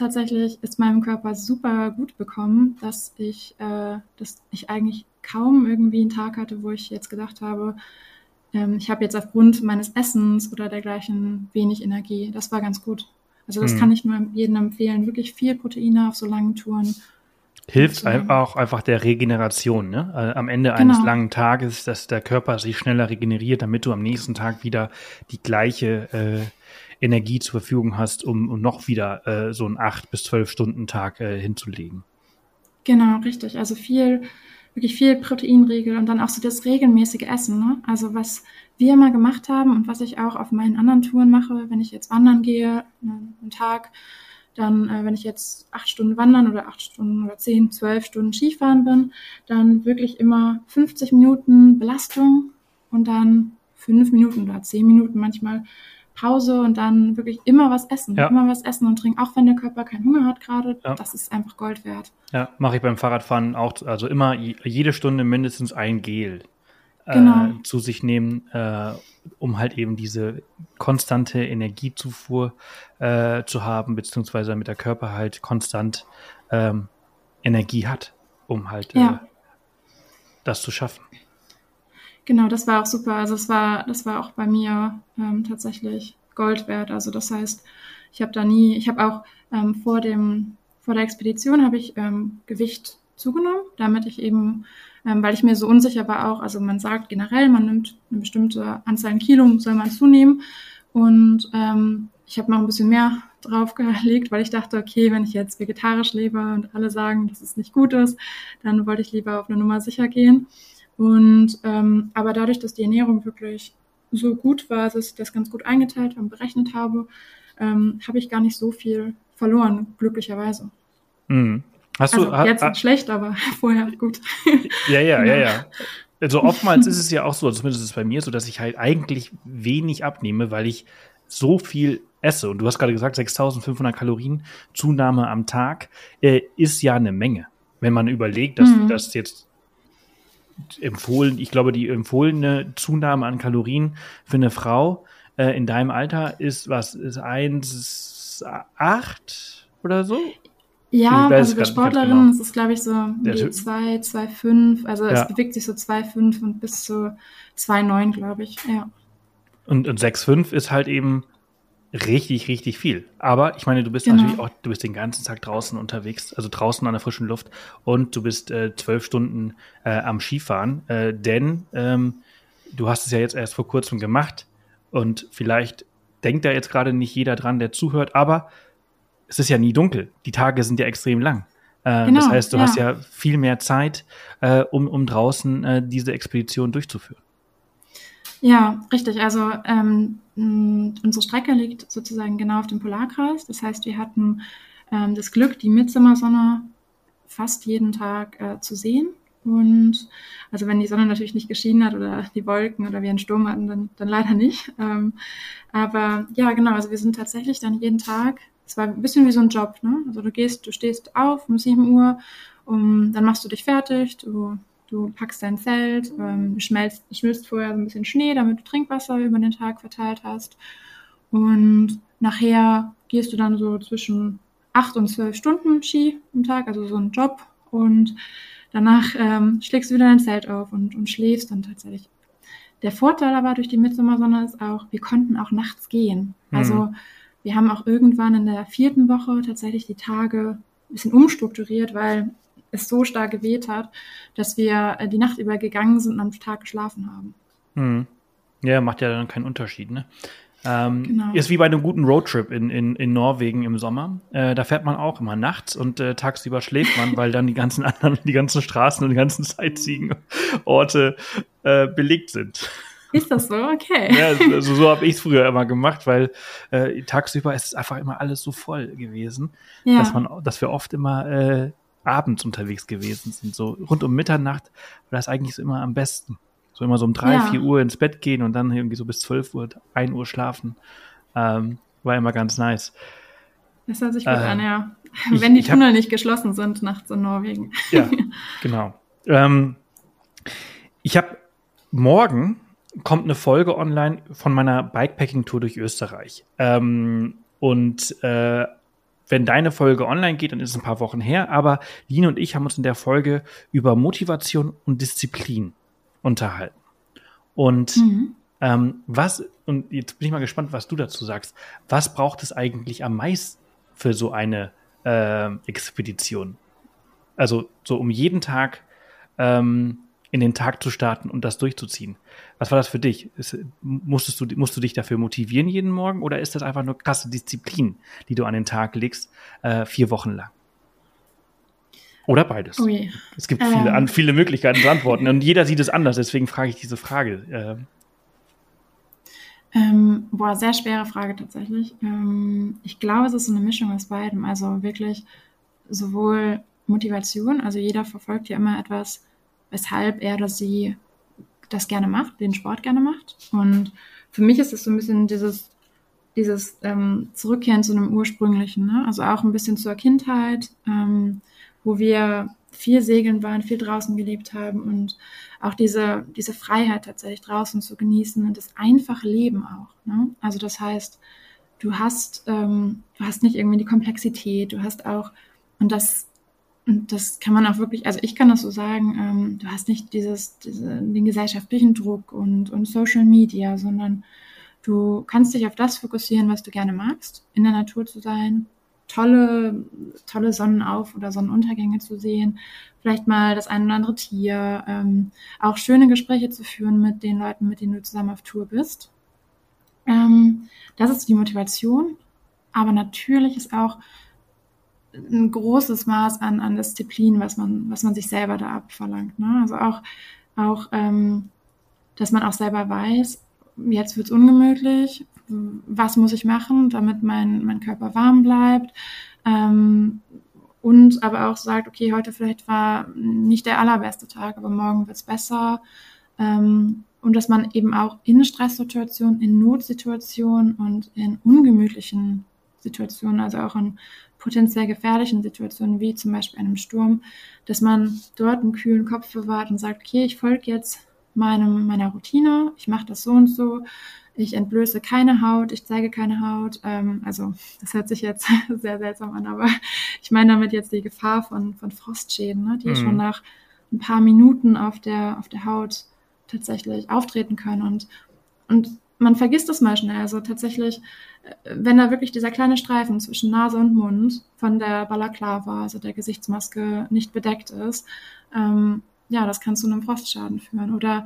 ist meinem Körper super gut bekommen, dass ich eigentlich kaum irgendwie einen Tag hatte, wo ich jetzt gedacht habe, ich habe jetzt aufgrund meines Essens oder dergleichen wenig Energie. Das war ganz gut. Also das kann ich nur jedem empfehlen. Wirklich viel Proteine auf so langen Touren. Hilft auch einfach der Regeneration, ne? Am Ende eines langen Tages, dass der Körper sich schneller regeneriert, damit du am nächsten Tag wieder die gleiche Energie zur Verfügung hast, um noch wieder so einen 8 bis 12 Stunden Tag hinzulegen. Genau, richtig. Also wirklich viel Proteinriegel und dann auch so das regelmäßige Essen, ne? Also was wir immer gemacht haben und was ich auch auf meinen anderen Touren mache, wenn ich jetzt wandern gehe, einen Tag, dann, wenn ich jetzt 8 Stunden wandern oder 8 Stunden oder 10, 12 Stunden Skifahren bin, dann wirklich immer 50 Minuten Belastung und dann 5 Minuten oder 10 Minuten manchmal Pause und dann wirklich immer was essen. Ja. Immer was essen und trinken, auch wenn der Körper keinen Hunger hat gerade. Ja. Das ist einfach Gold wert. Ja, mache ich beim Fahrradfahren auch. Also immer jede Stunde mindestens ein Gel zu sich nehmen, um halt eben diese konstante Energiezufuhr zu haben, beziehungsweise damit der Körper halt konstant Energie hat, um halt das zu schaffen. Genau, das war auch super. Also das war auch bei mir tatsächlich Gold wert. Also das heißt, ich habe auch vor der Expedition habe ich Gewicht zugenommen, damit ich eben, weil ich mir so unsicher war auch, also man sagt generell, man nimmt eine bestimmte Anzahl an Kilo, soll man zunehmen. Und ich habe noch ein bisschen mehr draufgelegt, weil ich dachte, okay, wenn ich jetzt vegetarisch lebe und alle sagen, dass es nicht gut ist, dann wollte ich lieber auf eine Nummer sicher gehen. Und aber dadurch, dass die Ernährung wirklich so gut war, dass ich das ganz gut eingeteilt und berechnet habe, habe ich gar nicht so viel verloren, glücklicherweise. Mhm. Jetzt schlecht, aber vorher gut. Ja. Also oftmals ist es ja auch so, zumindest ist es bei mir so, dass ich halt eigentlich wenig abnehme, weil ich so viel esse. Und du hast gerade gesagt, 6.500 Kalorien Zunahme am Tag ist ja eine Menge. Wenn man überlegt, dass das jetzt ich glaube, die empfohlene Zunahme an Kalorien für eine Frau in deinem Alter ist 1,8 oder so? Ja, weiß also es bei gerade nicht ganz Sportlerinnen genau. ist es, glaube ich, so um Der die Typ, 2,2,5. Also es ja. bewegt sich so 2,5 und bis zu 2,9, glaube ich. Ja, Und 6,5 ist halt eben richtig, richtig viel. Aber ich meine, du bist natürlich genau. auch, du bist den ganzen Tag draußen unterwegs, also draußen an der frischen Luft und du bist 12 Stunden am Skifahren, denn du hast es ja jetzt erst vor kurzem gemacht und vielleicht denkt da jetzt gerade nicht jeder dran, der zuhört, aber es ist ja nie dunkel. Die Tage sind ja extrem lang. Das Genau, heißt, du hast ja. ja viel mehr Zeit, um draußen diese Expedition durchzuführen. Ja, richtig. Also unsere Strecke liegt sozusagen genau auf dem Polarkreis. Das heißt, wir hatten das Glück, die Mitsommersonne fast jeden Tag zu sehen. Und also wenn die Sonne natürlich nicht geschienen hat oder die Wolken oder wir einen Sturm hatten, dann leider nicht. Aber ja, genau, also wir sind tatsächlich dann jeden Tag, es war ein bisschen wie so ein Job, ne? Also du stehst auf um 7 Uhr, dann machst du dich fertig, du packst dein Zelt, schmilzt vorher so ein bisschen Schnee, damit du Trinkwasser über den Tag verteilt hast. Und nachher gehst du dann so zwischen 8 und 12 Stunden Ski am Tag, also so ein Job. Und danach schlägst du wieder dein Zelt auf und schläfst dann tatsächlich. Der Vorteil aber durch die Mitsommersonne ist auch, wir konnten auch nachts gehen. Hm. Also wir haben auch irgendwann in der 4. Woche tatsächlich die Tage ein bisschen umstrukturiert, weil es so stark geweht hat, dass wir die Nacht über gegangen sind und am Tag geschlafen haben. Hm. Ja, macht ja dann keinen Unterschied, ne? Genau. Ist wie bei einem guten Roadtrip in Norwegen im Sommer. Da fährt man auch immer nachts und tagsüber schläft man, weil dann die ganzen anderen, die ganzen Straßen und die ganzen Sightseeing-Orte belegt sind. Ist das so? Okay. Ja, also so habe ich es früher immer gemacht, weil tagsüber ist es einfach immer alles so voll gewesen, Ja, dass wir oft immer abends unterwegs gewesen sind. So rund um Mitternacht war das eigentlich so immer am besten. So immer so um 3, 4 Uhr ins Bett gehen und dann irgendwie so bis 12 Uhr, 1 Uhr schlafen. War immer ganz nice. das hört sich gut an, ja. Ich, Wenn die ich habe, Tunnel nicht geschlossen sind nachts in Norwegen. ja, genau. Ich habe morgen kommt eine Folge online von meiner Bikepacking-Tour durch Österreich. Wenn deine Folge online geht, dann ist es ein paar Wochen her, aber Line und ich haben uns in der Folge über Motivation und Disziplin unterhalten. Und und jetzt bin ich mal gespannt, was du dazu sagst. Was braucht es eigentlich am meisten für so eine Expedition? Also so um jeden Tag in den Tag zu starten und das durchzuziehen. Was war das für dich? Musst du dich dafür motivieren jeden Morgen oder ist das einfach nur krasse Disziplin, die du an den Tag legst, 4 Wochen lang? Oder beides. Ui. Es gibt Ähm, viele Möglichkeiten zu antworten und jeder sieht es anders, deswegen frage ich diese Frage. Sehr schwere Frage tatsächlich. Ich glaube, es ist so eine Mischung aus beidem. Also wirklich sowohl Motivation, also jeder verfolgt ja immer etwas, weshalb er oder sie das gerne macht, den Sport gerne macht. Und für mich ist es so ein bisschen dieses Zurückkehren zu einem Ursprünglichen, ne? Also auch ein bisschen zur Kindheit, wo wir viel segeln waren, viel draußen gelebt haben und auch diese Freiheit tatsächlich draußen zu genießen und das einfache Leben auch. Ne? Also das heißt, du hast nicht irgendwie die Komplexität, du hast auch, und das kann man auch wirklich, also ich kann das so sagen, du hast nicht den gesellschaftlichen Druck und Social Media, sondern du kannst dich auf das fokussieren, was du gerne magst, in der Natur zu sein, tolle Sonnenauf- oder Sonnenuntergänge zu sehen, vielleicht mal das ein oder andere Tier, auch schöne Gespräche zu führen mit den Leuten, mit denen du zusammen auf Tour bist. Das ist die Motivation, aber natürlich ist auch ein großes Maß an Disziplin, was man sich selber da abverlangt. Ne? Also auch dass man auch selber weiß, jetzt wird's ungemütlich, was muss ich machen, damit mein Körper warm bleibt. Und aber auch sagt, okay, heute vielleicht war nicht der allerbeste Tag, aber morgen wird's besser. Und dass man eben auch in Stresssituationen, in Notsituationen und in ungemütlichen Situationen, also auch in potenziell gefährlichen Situationen, wie zum Beispiel einem Sturm, dass man dort einen kühlen Kopf bewahrt und sagt, okay, ich folge jetzt meiner Routine, ich mache das so und so, ich entblöße keine Haut, ich zeige keine Haut. Also das hört sich jetzt sehr seltsam an, aber ich meine damit jetzt die Gefahr von Frostschäden, ne, die schon nach ein paar Minuten auf der Haut tatsächlich auftreten können. Und man vergisst das mal schnell. Also tatsächlich, wenn da wirklich dieser kleine Streifen zwischen Nase und Mund von der Balaklava, also der Gesichtsmaske, nicht bedeckt ist, ja, das kann zu einem Frostschaden führen. Oder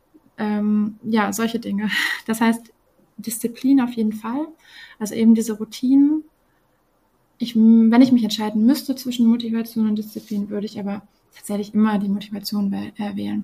ja, solche Dinge. Das heißt, Disziplin auf jeden Fall. Also eben diese Routinen. Wenn ich mich entscheiden müsste zwischen Motivation und Disziplin, würde ich aber tatsächlich immer die Motivation wählen.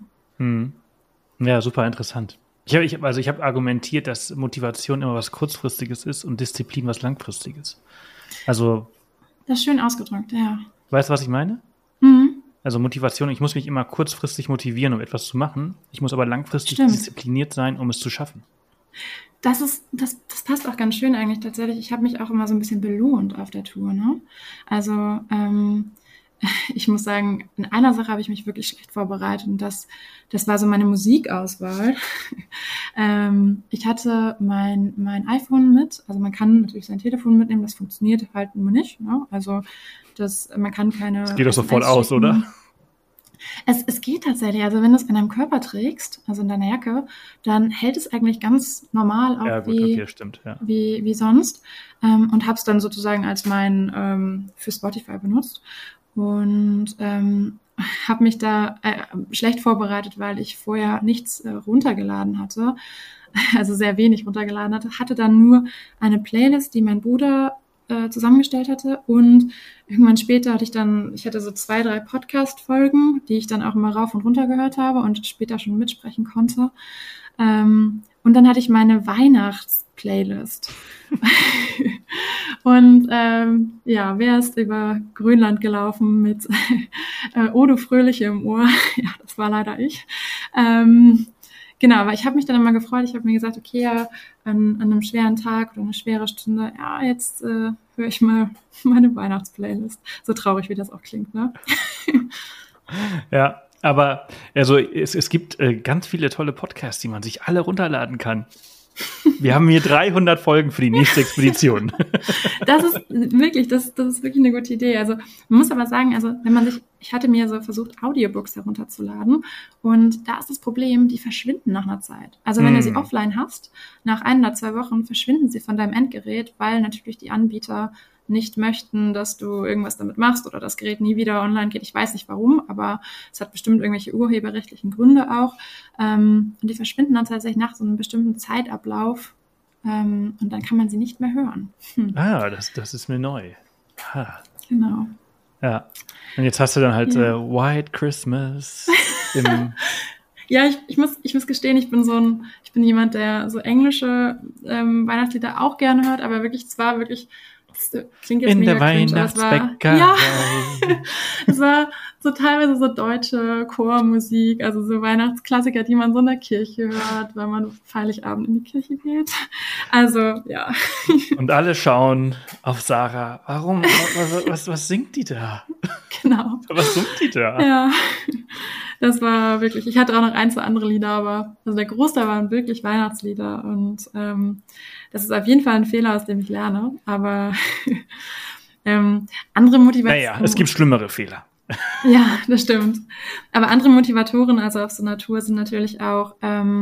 Ja, super interessant. Ich habe argumentiert, dass Motivation immer was Kurzfristiges ist und Disziplin was Langfristiges. Also. Das ist schön ausgedrückt, ja. Weißt du, was ich meine? Also Motivation, ich muss mich immer kurzfristig motivieren, um etwas zu machen. Ich muss aber langfristig diszipliniert sein, um es zu schaffen. Das passt auch ganz schön eigentlich tatsächlich. Ich habe mich auch immer so ein bisschen belohnt auf der Tour, ne? Also, ich muss sagen, in einer Sache habe ich mich wirklich schlecht vorbereitet und das war so meine Musikauswahl. Ich hatte mein iPhone mit, also man kann natürlich sein Telefon mitnehmen, das funktioniert halt nur nicht, ne? Also man kann keine... Das geht doch sofort aus, oder? Es geht tatsächlich, also wenn du es an deinem Körper trägst, also in deiner Jacke, dann hält es eigentlich ganz normal auf, ja, gut, okay, stimmt, ja. wie sonst, und habe es dann sozusagen als mein für Spotify benutzt. Und habe mich da schlecht vorbereitet, weil ich vorher nichts runtergeladen hatte, also sehr wenig runtergeladen hatte dann nur eine Playlist, die mein Bruder zusammengestellt hatte und irgendwann später ich hatte so 2, 3 Podcast-Folgen, die ich dann auch immer rauf und runter gehört habe und später schon mitsprechen konnte. Und dann hatte ich meine Weihnachts-Playlist. Und ja, wer ist über Grönland gelaufen mit O du Fröhliche im Ohr? Ja, das war leider ich. Genau, aber ich habe mich dann immer gefreut. Ich habe mir gesagt, okay, ja, an einem schweren Tag oder eine schwere Stunde, ja, jetzt höre ich mal meine Weihnachtsplaylist. So traurig, wie das auch klingt, ne? Ja, aber also es gibt ganz viele tolle Podcasts, die man sich alle runterladen kann. Wir haben hier 300 Folgen für die nächste Expedition. Das ist wirklich eine gute Idee. Also man muss aber sagen, also ich hatte mir so versucht, Audiobooks herunterzuladen und da ist das Problem, die verschwinden nach einer Zeit. Also wenn du sie offline hast, nach 1 oder 2 Wochen verschwinden sie von deinem Endgerät, weil natürlich die Anbieter nicht möchten, dass du irgendwas damit machst oder das Gerät nie wieder online geht. Ich weiß nicht warum, aber es hat bestimmt irgendwelche urheberrechtlichen Gründe auch. Und die verschwinden dann tatsächlich nach so einem bestimmten Zeitablauf und dann kann man sie nicht mehr hören. Ah, das ist mir neu. Ah. Genau. Ja. Und jetzt hast du dann halt White Christmas im... Ja, ich muss gestehen, ich bin jemand, der so englische Weihnachtslieder auch gerne hört, aber wirklich, das klingt jetzt in mega der Weihnachtsbäckerei. Ja, es war so teilweise so deutsche Chormusik, also so Weihnachtsklassiker, die man so in der Kirche hört, wenn man Heiligabend in die Kirche geht. Also, ja. Und alle schauen auf Sarah. Warum? Was singt die da? Genau. Was singt die da? Ja. Das war wirklich, ich hatte auch noch 1, 2 andere Lieder, aber also der Großteil waren wirklich Weihnachtslieder und das ist auf jeden Fall ein Fehler, aus dem ich lerne, aber andere Motivatoren... Naja, es gibt schlimmere Fehler. Ja, das stimmt. Aber andere Motivatoren, also auf so einer Tour, sind natürlich auch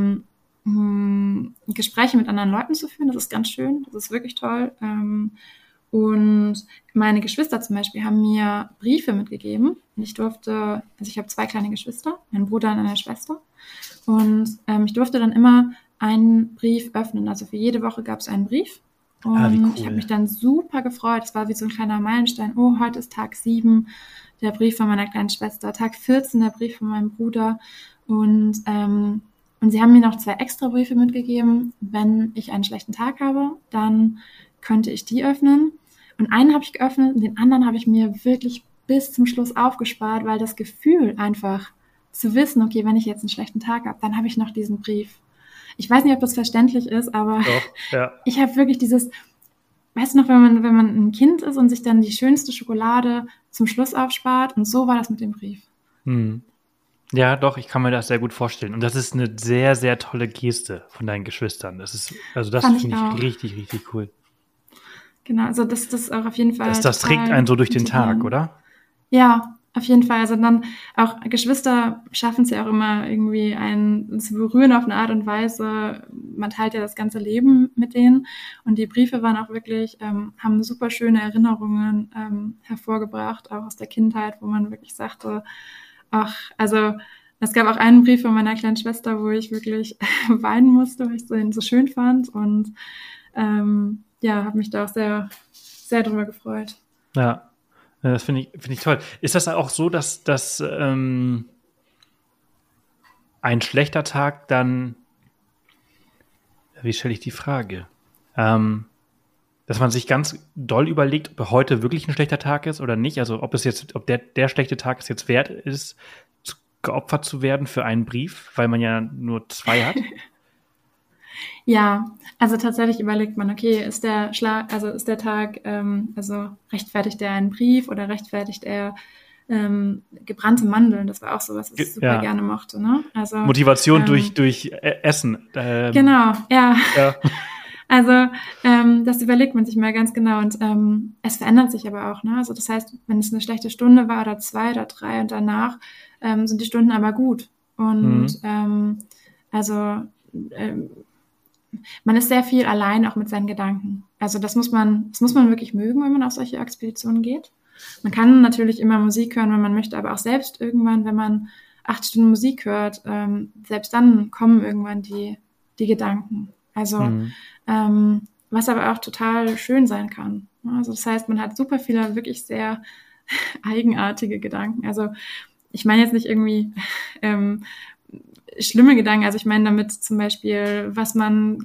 Gespräche mit anderen Leuten zu führen, das ist ganz schön, das ist wirklich toll. Und meine Geschwister zum Beispiel haben mir Briefe mitgegeben. Und ich habe 2 kleine Geschwister, einen Bruder und eine Schwester. Und ich durfte dann immer einen Brief öffnen. Also für jede Woche gab es einen Brief. Und wie cool. Ich habe mich dann super gefreut. Es war wie so ein kleiner Meilenstein. Oh, heute ist Tag 7, der Brief von meiner kleinen Schwester. Tag 14, der Brief von meinem Bruder. Und sie haben mir noch 2 extra Briefe mitgegeben. Wenn ich einen schlechten Tag habe, dann könnte ich die öffnen. Und einen habe ich geöffnet und den anderen habe ich mir wirklich bis zum Schluss aufgespart, weil das Gefühl einfach zu wissen, okay, wenn ich jetzt einen schlechten Tag habe, dann habe ich noch diesen Brief. Ich weiß nicht, ob das verständlich ist, aber doch, ja. Ich habe wirklich weißt du noch, wenn man ein Kind ist und sich dann die schönste Schokolade zum Schluss aufspart und so war das mit dem Brief. Ja, doch, ich kann mir das sehr gut vorstellen. Und das ist eine sehr, sehr tolle Geste von deinen Geschwistern. Das Fand ich finde ich auch. richtig, richtig cool. Genau, also das ist auch auf jeden Fall Das trägt total einen so durch den Tag, motivierend. oder? Ja, auf jeden Fall. Also dann auch Geschwister schaffen es ja auch immer irgendwie einen zu berühren auf eine Art und Weise. Man teilt ja das ganze Leben mit denen. Und die Briefe waren auch wirklich, haben super schöne Erinnerungen hervorgebracht, auch aus der Kindheit, wo man wirklich sagte, ach, also es gab auch einen Brief von meiner kleinen Schwester, wo ich wirklich weinen musste, weil ich den so schön fand. Und ja, habe mich da auch sehr, sehr drüber gefreut. Ja, das finde ich toll. Ist das auch so, dass ein schlechter Tag dann, wie stelle ich die Frage? Dass man sich ganz doll überlegt, ob heute wirklich ein schlechter Tag ist oder nicht. Also ob der schlechte Tag es jetzt wert ist, geopfert zu werden für einen Brief, weil man ja nur 2 hat. Ja, also tatsächlich überlegt man, okay, ist der Tag, also rechtfertigt er einen Brief oder rechtfertigt er gebrannte Mandeln? Das war auch sowas, was ich super Ja. gerne mochte, ne? Also Motivation durch Essen. genau, ja. Ja. Also das überlegt man sich mal ganz genau und es verändert sich aber auch, ne? Also das heißt, wenn es eine schlechte Stunde war oder 2 oder 3 und danach sind die Stunden aber gut und also man ist sehr viel allein auch mit seinen Gedanken. Also das muss man wirklich mögen, wenn man auf solche Expeditionen geht. Man kann natürlich immer Musik hören, wenn man möchte, aber auch selbst irgendwann, wenn man 8 Stunden Musik hört, selbst dann kommen irgendwann die Gedanken. Also was aber auch total schön sein kann. Also das heißt, man hat super viele wirklich sehr eigenartige Gedanken. Also ich meine jetzt nicht irgendwie schlimme Gedanken. Also ich meine damit zum Beispiel, was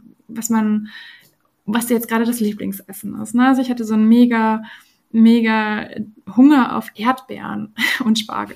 jetzt gerade das Lieblingsessen ist. Ne? Also ich hatte so einen mega Hunger auf Erdbeeren und Spargel.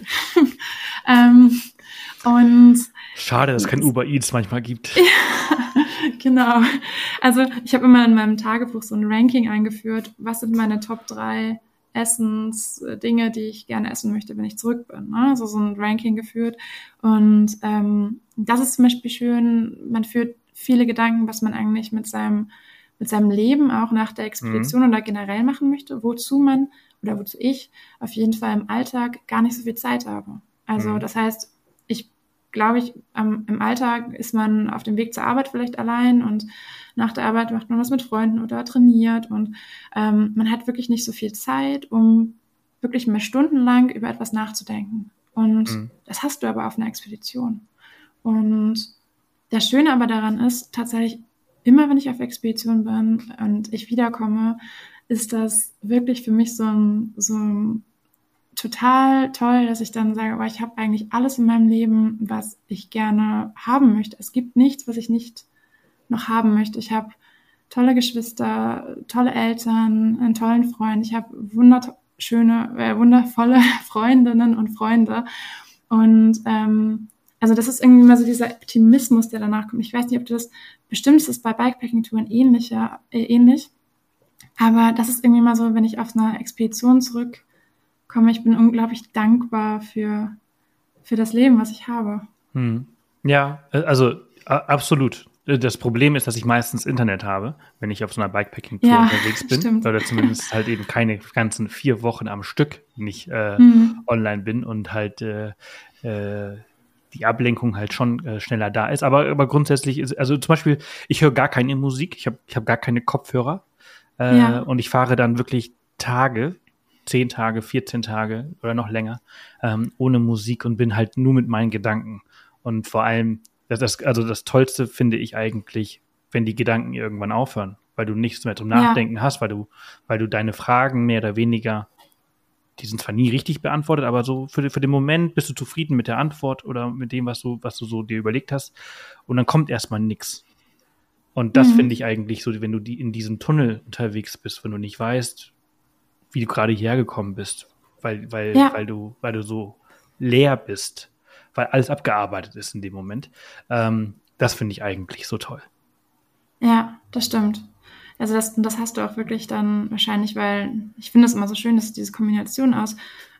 Und Schade, dass es kein Uber Eats manchmal gibt. genau. Also ich habe immer in meinem Tagebuch so ein Ranking eingeführt, was sind meine Top 3 Essensdinge, die ich gerne essen möchte, wenn ich zurück bin. Ne? Also so ein Ranking geführt. Und das ist zum Beispiel schön, man führt viele Gedanken, was man eigentlich mit seinem Leben auch nach der Expedition oder generell machen möchte, wozu ich auf jeden Fall im Alltag gar nicht so viel Zeit habe. Also das heißt, im Alltag ist man auf dem Weg zur Arbeit vielleicht allein und nach der Arbeit macht man was mit Freunden oder trainiert und man hat wirklich nicht so viel Zeit, um wirklich mal stundenlang über etwas nachzudenken. Und das hast du aber auf einer Expedition. Und das Schöne aber daran ist, tatsächlich immer, wenn ich auf Expedition bin und ich wiederkomme, ist das wirklich für mich so ein total toll, dass ich dann sage, oh, ich habe eigentlich alles in meinem Leben, was ich gerne haben möchte. Es gibt nichts, was ich nicht noch haben möchte. Ich habe tolle Geschwister, tolle Eltern, einen tollen Freund. Ich habe wundervolle Freundinnen und Freunde. Und also das ist irgendwie mal so dieser Optimismus, der danach kommt. Ich weiß nicht, ob du das, bestimmt ist es bei Bikepacking-Touren ähnlich. Aber das ist irgendwie mal so, wenn ich auf einer Expedition zurückkomme, ich bin unglaublich dankbar für das Leben, was ich habe. Ja, also absolut. Das Problem ist, dass ich meistens Internet habe, wenn ich auf so einer Bikepacking-Tour unterwegs bin. Stimmt. Oder zumindest halt eben keine ganzen 4 Wochen am Stück nicht online bin und halt die Ablenkung halt schon schneller da ist. Aber grundsätzlich ist, also zum Beispiel, ich höre gar keine Musik, ich hab gar keine Kopfhörer und ich fahre dann wirklich Tage, 10 Tage, 14 Tage oder noch länger ohne Musik und bin halt nur mit meinen Gedanken. Und vor allem, das Tollste finde ich eigentlich, wenn die Gedanken irgendwann aufhören, weil du nichts mehr zum Nachdenken hast, weil du deine Fragen mehr oder weniger, die sind zwar nie richtig beantwortet, aber so für den Moment bist du zufrieden mit der Antwort oder mit dem, was du so dir überlegt hast. Und dann kommt erstmal nichts. Und das finde ich eigentlich so, wenn du in diesem Tunnel unterwegs bist, wenn du nicht weißt, wie du gerade hierher gekommen bist, weil du so leer bist, weil alles abgearbeitet ist in dem Moment. Das finde ich eigentlich so toll. Ja, das stimmt. Also das hast du auch wirklich dann wahrscheinlich, weil ich finde es immer so schön, dass diese Kombination aus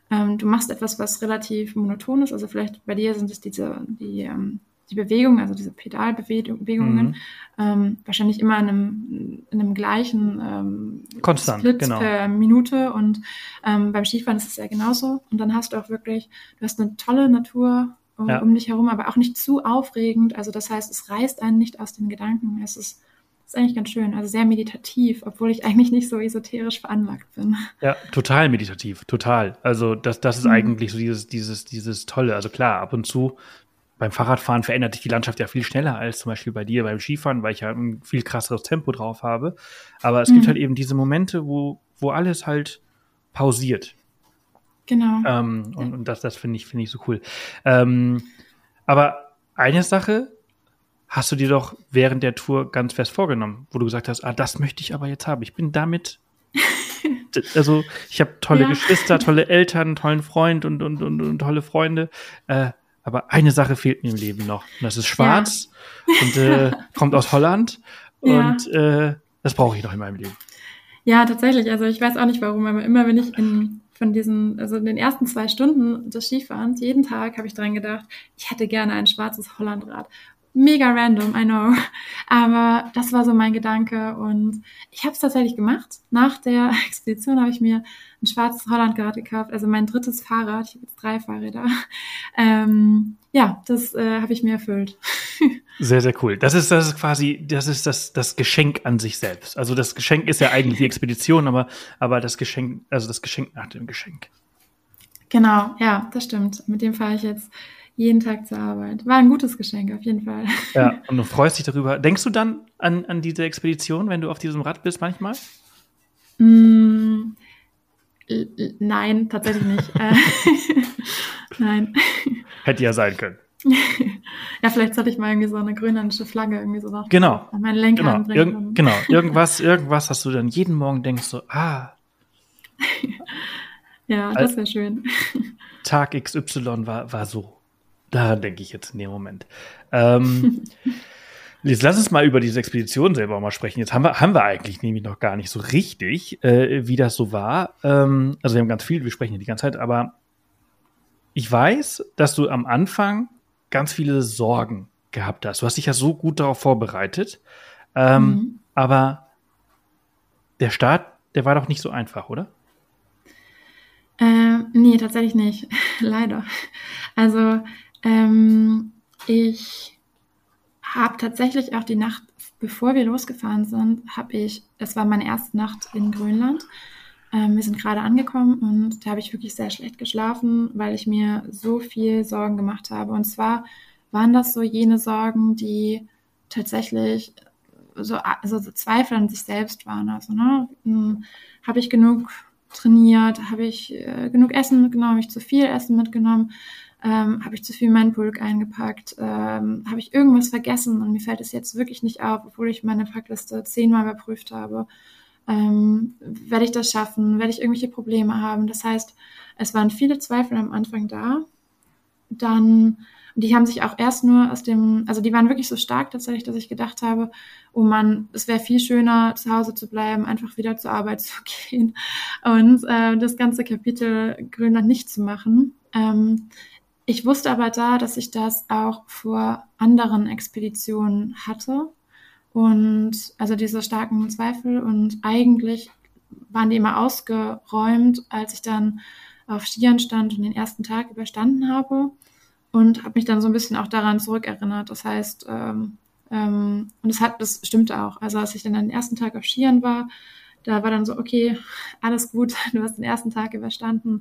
Du machst etwas, was relativ monoton ist. Also vielleicht bei dir sind es die Bewegungen, also diese Pedalbewegungen, wahrscheinlich immer in einem gleichen Konstant, Split genau. per Minute. Und beim Skifahren ist es ja genauso. Und dann hast du auch wirklich, du hast eine tolle Natur um dich herum, aber auch nicht zu aufregend. Also das heißt, es reißt einen nicht aus den Gedanken. Es ist eigentlich ganz schön, also sehr meditativ, obwohl ich eigentlich nicht so esoterisch veranlagt bin. Ja, total meditativ, total. Also das ist eigentlich so dieses Tolle. Also klar, ab und zu beim Fahrradfahren verändert sich die Landschaft ja viel schneller als zum Beispiel bei dir beim Skifahren, weil ich ja ein viel krasseres Tempo drauf habe. Aber es gibt halt eben diese Momente, wo alles halt pausiert. Genau. Und das finde ich so cool. Aber eine Sache hast du dir doch während der Tour ganz fest vorgenommen, wo du gesagt hast, das möchte ich aber jetzt haben. Ich bin damit, also ich habe tolle Geschwister, tolle Eltern, tollen Freund und tolle Freunde, aber eine Sache fehlt mir im Leben noch. Und das ist schwarz und kommt aus Holland und das brauche ich noch in meinem Leben. Ja, tatsächlich. Also ich weiß auch nicht warum, aber immer wenn ich in den ersten 2 Stunden des Skifahrens, jeden Tag habe ich dran gedacht, ich hätte gerne ein schwarzes Hollandrad. Mega random, I know. Aber das war so mein Gedanke und ich habe es tatsächlich gemacht. Nach der Expedition habe ich mir ein schwarzes Hollandrad gekauft, also mein 3. Fahrrad. Ich habe jetzt 3 Fahrräder. Das habe ich mir erfüllt. Sehr, sehr cool. Das ist quasi das Geschenk an sich selbst. Also das Geschenk ist ja eigentlich die Expedition, aber das Geschenk nach dem Geschenk. Genau, ja, das stimmt. Mit dem fahre ich jetzt jeden Tag zur Arbeit. War ein gutes Geschenk, auf jeden Fall. Ja, und du freust dich darüber. Denkst du dann an diese Expedition, wenn du auf diesem Rad bist manchmal? Nein, tatsächlich nicht. Nein. Hätte ja sein können. Ja, vielleicht sollte ich mal irgendwie so eine grönländische Flagge irgendwie so noch an meinen Lenker anbringen. Genau. Irgendwas, hast du dann jeden Morgen denkst so, Ja, das wäre schön. Tag XY war so. Daran denke ich jetzt in dem Moment. Jetzt lass uns mal über diese Expedition selber mal sprechen. Jetzt haben wir eigentlich nämlich noch gar nicht so richtig, wie das so war. Also wir haben ganz viel, wir sprechen ja die ganze Zeit, aber ich weiß, dass du am Anfang ganz viele Sorgen gehabt hast. Du hast dich ja so gut darauf vorbereitet. Aber der Start, der war doch nicht so einfach, oder? Nee, tatsächlich nicht. Leider. Also ich habe tatsächlich auch die Nacht, bevor wir losgefahren sind, das war meine erste Nacht in Grönland. Wir sind gerade angekommen und da habe ich wirklich sehr schlecht geschlafen, weil ich mir so viel Sorgen gemacht habe. Und zwar waren das so jene Sorgen, die tatsächlich so Zweifel an sich selbst waren. Also, habe ich genug trainiert? Habe ich genug Essen mitgenommen? Habe ich zu viel Essen mitgenommen? Habe ich zu viel Mindbulk eingepackt? Habe ich irgendwas vergessen? Und mir fällt es jetzt wirklich nicht auf, obwohl ich meine Packliste 10-mal überprüft habe. Werde ich das schaffen? Werde ich irgendwelche Probleme haben? Das heißt, es waren viele Zweifel am Anfang da. Dann, die haben sich auch erst nur die waren wirklich so stark tatsächlich, dass ich gedacht habe, oh Mann, es wäre viel schöner, zu Hause zu bleiben, einfach wieder zur Arbeit zu gehen und das ganze Kapitel Grönland nicht zu machen. Ich wusste aber dass ich das auch vor anderen Expeditionen hatte. Und also diese starken Zweifel und eigentlich waren die immer ausgeräumt, als ich dann auf Skiern stand und den ersten Tag überstanden habe und habe mich dann so ein bisschen auch daran zurückerinnert. Das heißt, das stimmte auch. Also als ich dann den ersten Tag auf Skiern war, da war dann so, okay, alles gut, du hast den ersten Tag überstanden.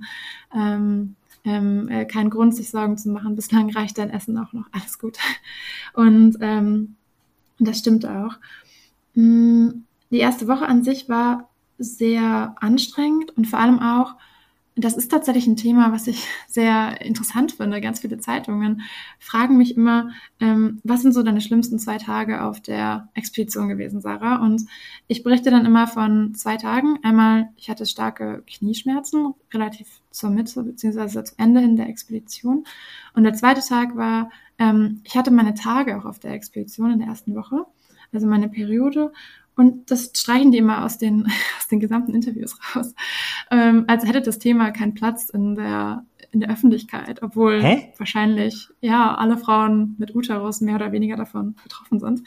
Kein Grund, sich Sorgen zu machen. Bislang reicht dein Essen auch noch. Alles gut. Und das stimmt auch. Die erste Woche an sich war sehr anstrengend und vor allem auch, das ist tatsächlich ein Thema, was ich sehr interessant finde. Ganz viele Zeitungen fragen mich immer, was sind so deine schlimmsten 2 Tage auf der Expedition gewesen, Sarah? Und ich berichte dann immer von 2 Tagen. Einmal, ich hatte starke Knieschmerzen, relativ zur Mitte beziehungsweise zum Ende in der Expedition. Und der zweite Tag war, ich hatte meine Tage auch auf der Expedition in der ersten Woche, also meine Periode. Und das streichen die immer aus den gesamten Interviews raus. Als hätte das Thema keinen Platz in der Öffentlichkeit, obwohl wahrscheinlich, ja, alle Frauen mit Uterus mehr oder weniger davon betroffen sind.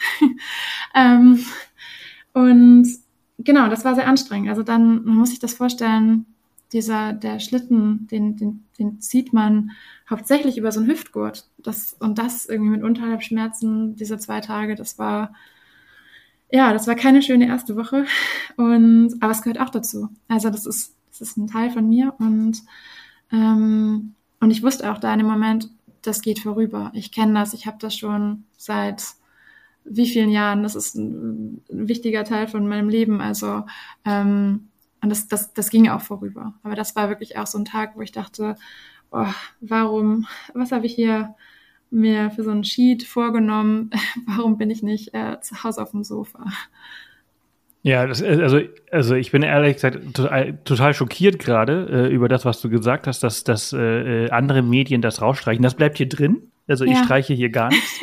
Und genau, das war sehr anstrengend. Also dann, man muss sich das vorstellen, der Schlitten, den zieht man hauptsächlich über so einen Hüftgurt. Das irgendwie mit Unterleibsschmerzen, diese 2 Tage, das war keine schöne erste Woche. Aber es gehört auch dazu. Also das ist ein Teil von mir und ich wusste auch da in dem Moment, das geht vorüber. Ich kenne das, ich habe das schon seit wie vielen Jahren. Das ist ein wichtiger Teil von meinem Leben. Also und das ging auch vorüber. Aber das war wirklich auch so ein Tag, wo ich dachte, was habe ich hier mir für so einen Sheet vorgenommen? Warum bin ich nicht zu Hause auf dem Sofa? Ja, also ich bin ehrlich gesagt total schockiert gerade über das, was du gesagt hast, dass andere Medien das rausstreichen. Das bleibt hier drin. Also ich streiche hier gar nichts.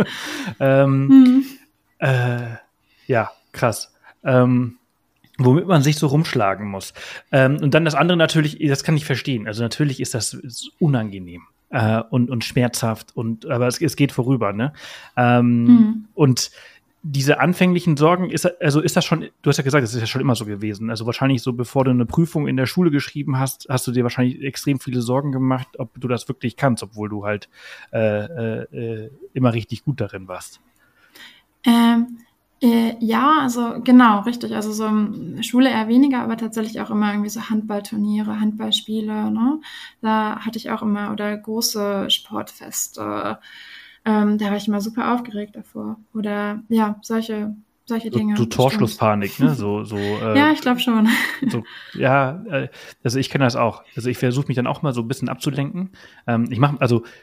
Ja, krass. Womit man sich so rumschlagen muss. Und dann das andere natürlich, das kann ich verstehen. Also natürlich ist das unangenehm und schmerzhaft, aber es geht vorüber, ne? Und diese anfänglichen Sorgen, ist das schon, du hast ja gesagt, das ist ja schon immer so gewesen. Also wahrscheinlich so, bevor du eine Prüfung in der Schule geschrieben hast, hast du dir wahrscheinlich extrem viele Sorgen gemacht, ob du das wirklich kannst, obwohl du halt immer richtig gut darin warst. Ja, also genau, richtig. Also so Schule eher weniger, aber tatsächlich auch immer irgendwie so Handballturniere, Handballspiele, ne? Da hatte ich auch immer, oder große Sportfeste. Da war ich immer super aufgeregt davor. Oder ja, solche Dinge. So Torschlusspanik, ne? Ja, ich glaube schon. Also ich kenne das auch. Also ich versuche mich dann auch mal so ein bisschen abzulenken. Ich mache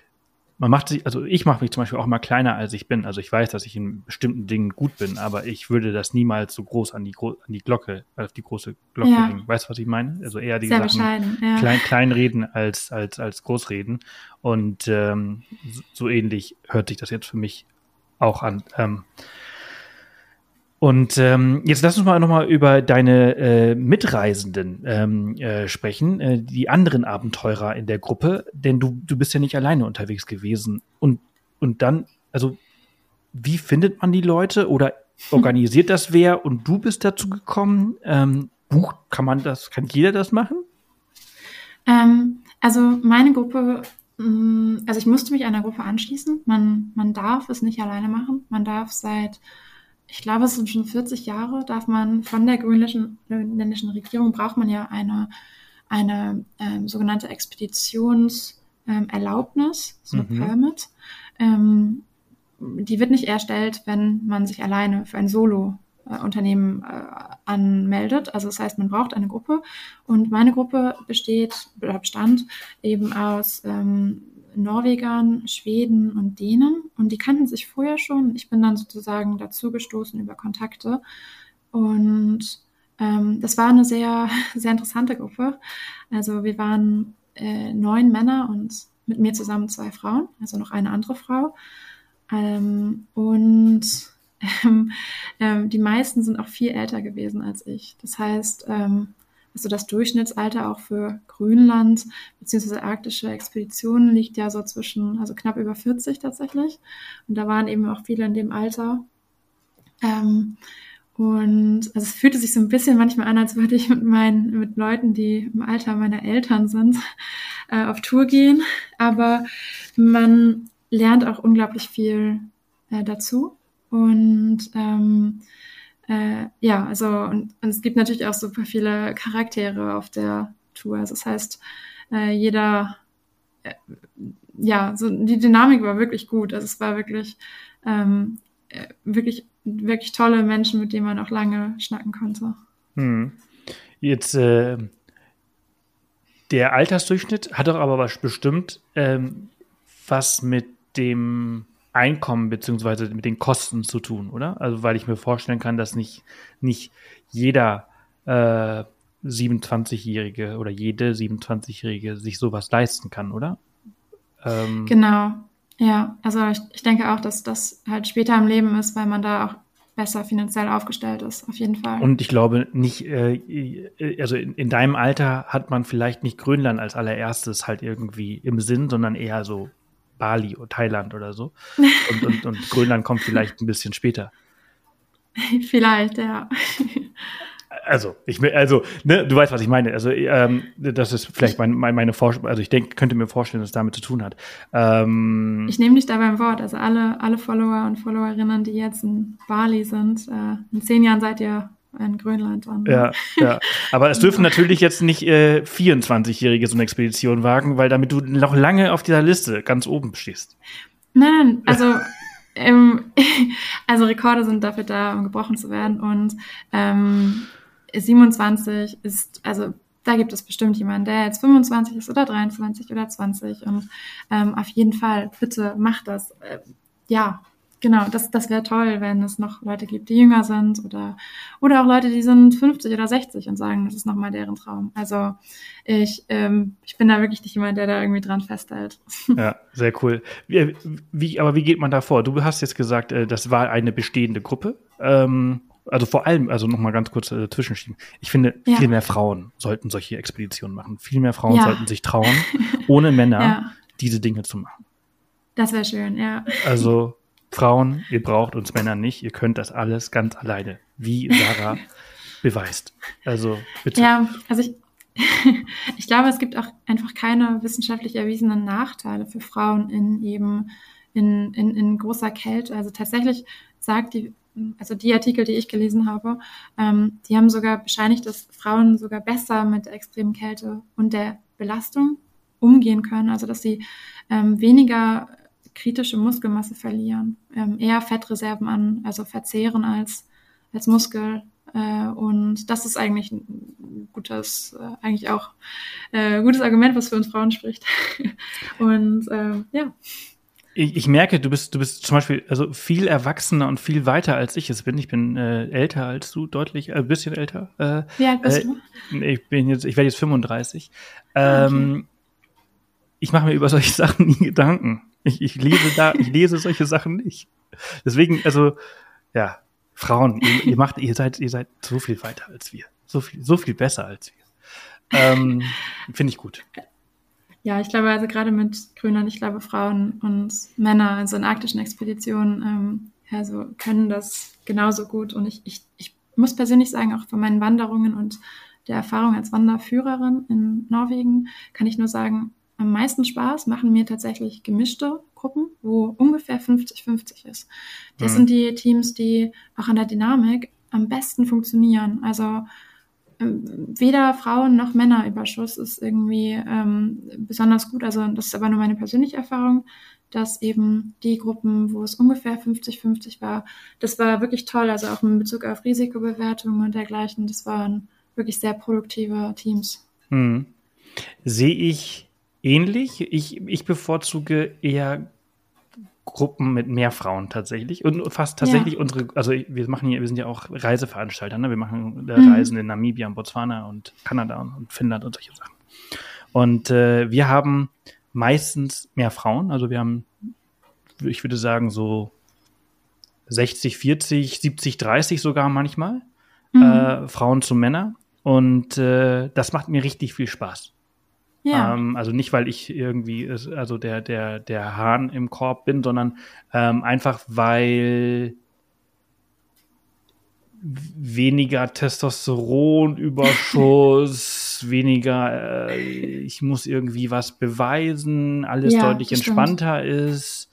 mich zum Beispiel auch mal kleiner, als ich bin. Also ich weiß, dass ich in bestimmten Dingen gut bin, aber ich würde das niemals so groß an die Glocke, auf die große Glocke hängen. Weißt du, was ich meine? Also eher die sehr Sachen kleinreden als großreden. Und so ähnlich hört sich das jetzt für mich auch an. Und jetzt lass uns mal nochmal über deine Mitreisenden sprechen, die anderen Abenteurer in der Gruppe, denn du bist ja nicht alleine unterwegs gewesen. Und dann, also wie findet man die Leute oder organisiert das wer und du bist dazu gekommen? Kann jeder das machen? Also meine Gruppe, also ich musste mich einer Gruppe anschließen. Man darf es nicht alleine machen. Man darf ich glaube, es sind schon 40 Jahre, darf man von der grönländischen Regierung, braucht man ja eine sogenannte Expeditionserlaubnis, so eine Permit. Die wird nicht erstellt, wenn man sich alleine für ein Solo-Unternehmen anmeldet. Also das heißt, man braucht eine Gruppe. Und meine Gruppe bestand eben aus Norwegern, Schweden und Dänen. Und die kannten sich vorher schon. Ich bin dann sozusagen dazu gestoßen über Kontakte. Und das war eine sehr, sehr interessante Gruppe. Also wir waren 9 Männer und mit mir zusammen 2 Frauen, also noch eine andere Frau. Die meisten sind auch viel älter gewesen als ich. Das heißt, also das Durchschnittsalter auch für Grönland bzw. arktische Expeditionen liegt ja so also knapp über 40 tatsächlich. Und da waren eben auch viele in dem Alter. Und also es fühlte sich so ein bisschen manchmal an, als würde ich mit Leuten, die im Alter meiner Eltern sind, auf Tour gehen. Aber man lernt auch unglaublich viel dazu. Und und es gibt natürlich auch super viele Charaktere auf der Tour. Also das heißt, so die Dynamik war wirklich gut. Also es war wirklich wirklich, wirklich tolle Menschen, mit denen man auch lange schnacken konnte. Jetzt der Altersdurchschnitt hat doch aber bestimmt was mit dem Einkommen beziehungsweise mit den Kosten zu tun, oder? Also weil ich mir vorstellen kann, dass nicht jeder 27-Jährige oder jede 27-Jährige sich sowas leisten kann, oder? Genau, ja. Also ich denke auch, dass das halt später im Leben ist, weil man da auch besser finanziell aufgestellt ist, auf jeden Fall. Und ich glaube nicht, also in deinem Alter hat man vielleicht nicht Grönland als allererstes halt irgendwie im Sinn, sondern eher so Bali oder Thailand oder so. Und Grönland kommt vielleicht ein bisschen später. Vielleicht, ja. Also, ne, du weißt, was ich meine. Also, das ist vielleicht meine Vorstellung. Also, ich könnte mir vorstellen, dass es damit zu tun hat. Ich nehme dich da beim Wort. Also, alle Follower und Followerinnen, die jetzt in Bali sind, in 10 Jahren seid ihr in Grönland. Ja. Aber es dürfen natürlich jetzt nicht 24-Jährige so eine Expedition wagen, weil damit du noch lange auf dieser Liste ganz oben stehst. Nein, also also Rekorde sind dafür da, um gebrochen zu werden. Und 27 ist, also da gibt es bestimmt jemanden, der jetzt 25 ist oder 23 oder 20. Und auf jeden Fall, bitte macht das. Ja, genau, das wäre toll, wenn es noch Leute gibt, die jünger sind oder auch Leute, die sind 50 oder 60 und sagen, das ist nochmal deren Traum. Also ich bin da wirklich nicht jemand, der da irgendwie dran festhält. Ja, sehr cool. Aber wie geht man da vor? Du hast jetzt gesagt, das war eine bestehende Gruppe. Also vor allem, also nochmal ganz kurz zwischenschieben. Ich finde, viel mehr Frauen sollten solche Expeditionen machen. Viel mehr Frauen sollten sich trauen, ohne Männer diese Dinge zu machen. Das wäre schön, ja. Also Frauen, ihr braucht uns Männer nicht. Ihr könnt das alles ganz alleine, wie Sarah beweist. Also bitte. Ja, also ich glaube, es gibt auch einfach keine wissenschaftlich erwiesenen Nachteile für Frauen in großer Kälte. Also tatsächlich sagt die Artikel, die ich gelesen habe, die haben sogar bescheinigt, dass Frauen sogar besser mit der extremen Kälte und der Belastung umgehen können. Also dass sie weniger kritische Muskelmasse verlieren, eher Fettreserven verzehren als Muskel. Und das ist eigentlich ein gutes Argument, was für uns Frauen spricht. Und ja. Ich merke, du bist zum Beispiel also viel erwachsener und viel weiter als ich es bin. Ich bin älter als du, deutlich, ein bisschen älter. Wie alt bist du? Ich werde jetzt 35. Okay. Ich mache mir über solche Sachen nie Gedanken. Ich lese solche Sachen nicht. Deswegen, also, ja, Frauen, ihr seid so viel weiter als wir. So viel besser als wir. Finde ich gut. Ja, ich glaube, also gerade mit Grönland, ich glaube, Frauen und Männer, also in arktischen Expeditionen, können das genauso gut. Und ich muss persönlich sagen, auch von meinen Wanderungen und der Erfahrung als Wanderführerin in Norwegen, kann ich nur sagen, am meisten Spaß machen mir tatsächlich gemischte Gruppen, wo ungefähr 50-50 ist. Das sind die Teams, die auch an der Dynamik am besten funktionieren. Also weder Frauen- noch Männerüberschuss ist irgendwie besonders gut. Also das ist aber nur meine persönliche Erfahrung, dass eben die Gruppen, wo es ungefähr 50-50 war, das war wirklich toll. Also auch in Bezug auf Risikobewertung und dergleichen. Das waren wirklich sehr produktive Teams. Sehe ich ähnlich. Ich bevorzuge eher Gruppen mit mehr Frauen tatsächlich und fast tatsächlich wir sind ja auch Reiseveranstalter, ne? Wir machen Reisen in Namibia und Botswana und Kanada und Finnland und solche Sachen. Und wir haben meistens mehr Frauen, also wir haben, ich würde sagen, so 60-40, 70-30 sogar manchmal, Frauen zu Männern und das macht mir richtig viel Spaß. Ja. Also nicht, weil ich irgendwie der Hahn im Korb bin, sondern einfach, weil weniger Testosteronüberschuss, weniger ich muss irgendwie was beweisen, alles deutlich entspannter ist.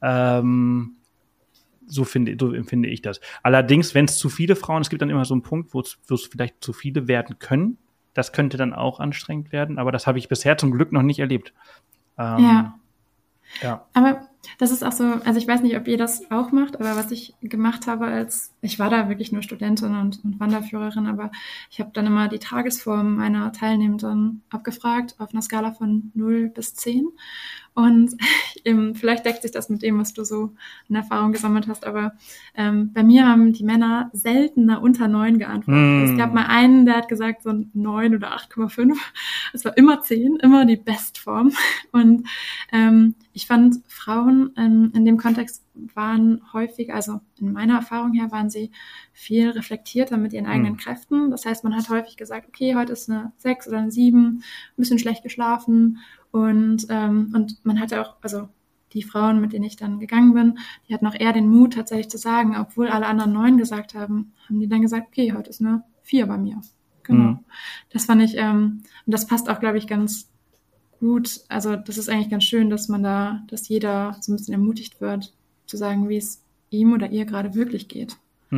So empfinde ich das. Allerdings, wenn es zu viele Frauen, es gibt dann immer so einen Punkt, wo es vielleicht zu viele werden können. Das könnte dann auch anstrengend werden, aber das habe ich bisher zum Glück noch nicht erlebt. Ja. Aber das ist auch so, also ich weiß nicht, ob ihr das auch macht, aber was ich gemacht habe ich war da wirklich nur Studentin und Wanderführerin, aber ich habe dann immer die Tagesform meiner Teilnehmenden abgefragt auf einer Skala von 0 bis 10 und vielleicht deckt sich das mit dem, was du so in Erfahrung gesammelt hast, aber bei mir haben die Männer seltener unter 9 geantwortet. Es gab mal einen, der hat gesagt so 9 oder 8,5. Es war immer 10, immer die Bestform. Und ich fand, Frauen in dem Kontext waren häufig, also in meiner Erfahrung her, waren sie viel reflektierter mit ihren eigenen Kräften. Das heißt, man hat häufig gesagt, okay, heute ist eine 6 oder eine 7, ein bisschen schlecht geschlafen. Und man hatte auch, also die Frauen, mit denen ich dann gegangen bin, die hatten auch eher den Mut, tatsächlich zu sagen, obwohl alle anderen 9 gesagt haben, haben die dann gesagt, okay, heute ist eine 4 bei mir. Genau. Das fand ich, und das passt auch, glaube ich, ganz gut. Also das ist eigentlich ganz schön, dass jeder so ein bisschen ermutigt wird, zu sagen, wie es ihm oder ihr gerade wirklich geht.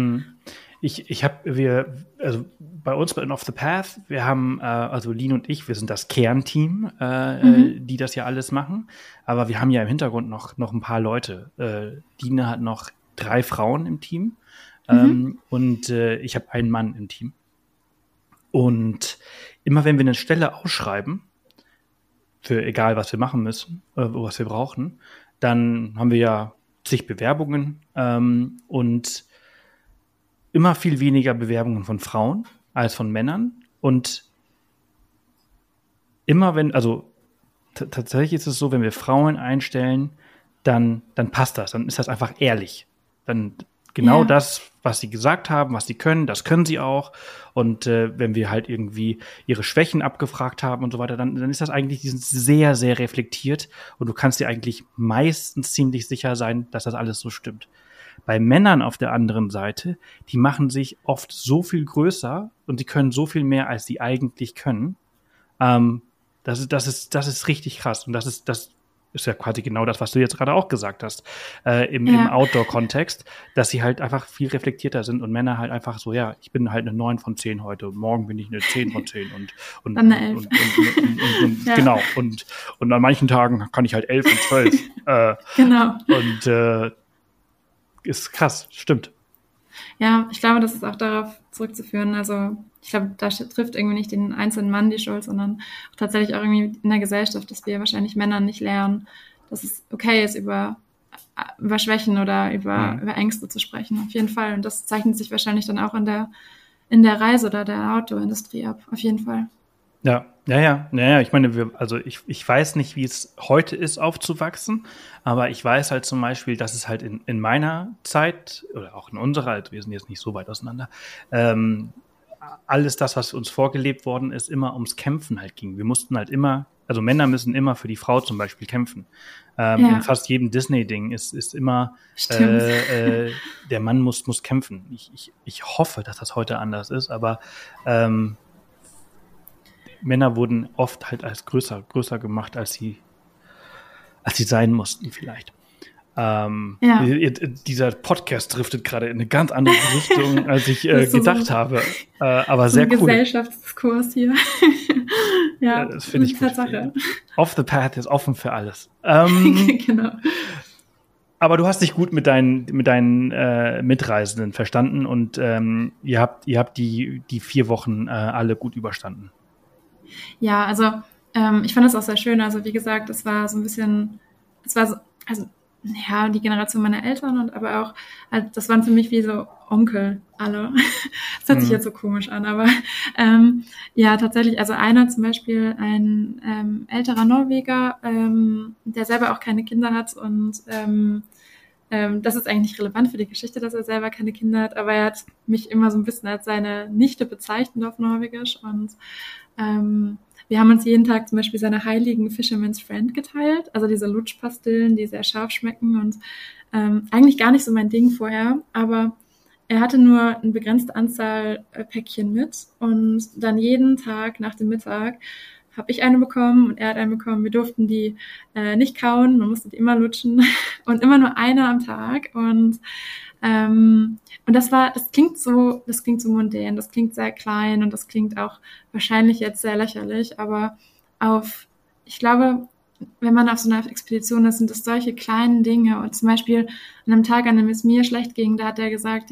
Also bei uns bei Off the Path, wir haben, also Lin und ich, wir sind das Kernteam, die das ja alles machen. Aber wir haben ja im Hintergrund noch ein paar Leute. Dina hat noch 3 Frauen im Team und ich habe einen Mann im Team. Und immer wenn wir eine Stelle ausschreiben, für egal was wir machen müssen, was wir brauchen, dann haben wir ja zig Bewerbungen und immer viel weniger Bewerbungen von Frauen als von Männern. Und immer tatsächlich ist es so, wenn wir Frauen einstellen, dann passt das, dann ist das einfach ehrlich. Dann das, was sie gesagt haben, was sie können, das können sie auch. Und wenn wir halt irgendwie ihre Schwächen abgefragt haben und so weiter, dann ist das eigentlich, die sind sehr, sehr reflektiert und du kannst dir eigentlich meistens ziemlich sicher sein, dass das alles so stimmt. Bei Männern auf der anderen Seite, die machen sich oft so viel größer und die können so viel mehr, als sie eigentlich können. Das ist richtig krass. Und das ist ja quasi genau das, was du jetzt gerade auch gesagt hast, im Outdoor-Kontext, dass sie halt einfach viel reflektierter sind und Männer halt einfach so, ja, ich bin halt eine 9 von 10 heute, morgen bin ich eine 10 von 10 und dann eine 11. Ja. Genau. Und an manchen Tagen kann ich halt 11 und 12. Genau. Und ist krass, stimmt. Ja, ich glaube, das ist auch darauf zurückzuführen. Also ich glaube, da trifft irgendwie nicht den einzelnen Mann die Schuld, sondern auch tatsächlich auch irgendwie in der Gesellschaft, dass wir wahrscheinlich Männern nicht lernen, dass es okay ist, über Schwächen oder über Ängste zu sprechen. Auf jeden Fall. Und das zeichnet sich wahrscheinlich dann auch in der Reise- oder der Outdoor-Industrie ab. Auf jeden Fall. Ja. Ich meine, ich weiß nicht, wie es heute ist, aufzuwachsen, aber ich weiß halt zum Beispiel, dass es halt in meiner Zeit oder auch in unserer, also wir sind jetzt nicht so weit auseinander, alles das, was uns vorgelebt worden ist, immer ums Kämpfen halt ging. Wir mussten halt immer, also Männer müssen immer für die Frau zum Beispiel kämpfen. In fast jedem Disney-Ding ist immer, der Mann muss kämpfen. Ich hoffe, dass das heute anders ist, aber Männer wurden oft halt als größer gemacht, als sie sein mussten vielleicht. Dieser Podcast driftet gerade in eine ganz andere Richtung, als ich gedacht habe. Aber so sehr cool. Gesellschaftsdiskurs hier. Ja, das finde ich gut. Off the Path ist offen für alles. Genau. Aber du hast dich gut mit deinen Mitreisenden verstanden und ihr habt die 4 Wochen alle gut überstanden. Ja, also ich fand das auch sehr schön. Also wie gesagt, es war so ein bisschen, die Generation meiner Eltern und aber auch, also das waren für mich wie so Onkel alle. Das hört sich jetzt so komisch an, aber tatsächlich, also einer zum Beispiel, ein älterer Norweger, der selber auch keine Kinder hat und das ist eigentlich nicht relevant für die Geschichte, dass er selber keine Kinder hat, aber er hat mich immer so ein bisschen als seine Nichte bezeichnet auf Norwegisch und wir haben uns jeden Tag zum Beispiel seine heiligen Fisherman's Friend geteilt, also diese Lutschpastillen, die sehr scharf schmecken und eigentlich gar nicht so mein Ding vorher, aber er hatte nur eine begrenzte Anzahl Päckchen mit und dann jeden Tag nach dem Mittag habe ich eine bekommen und er hat eine bekommen. Wir durften die nicht kauen, man musste die immer lutschen und immer nur eine am Tag und das klingt so mundän, das klingt sehr klein und das klingt auch wahrscheinlich jetzt sehr lächerlich, aber ich glaube, wenn man auf so einer Expedition ist, sind das solche kleinen Dinge und zum Beispiel an einem Tag, an dem es mir schlecht ging, da hat er gesagt,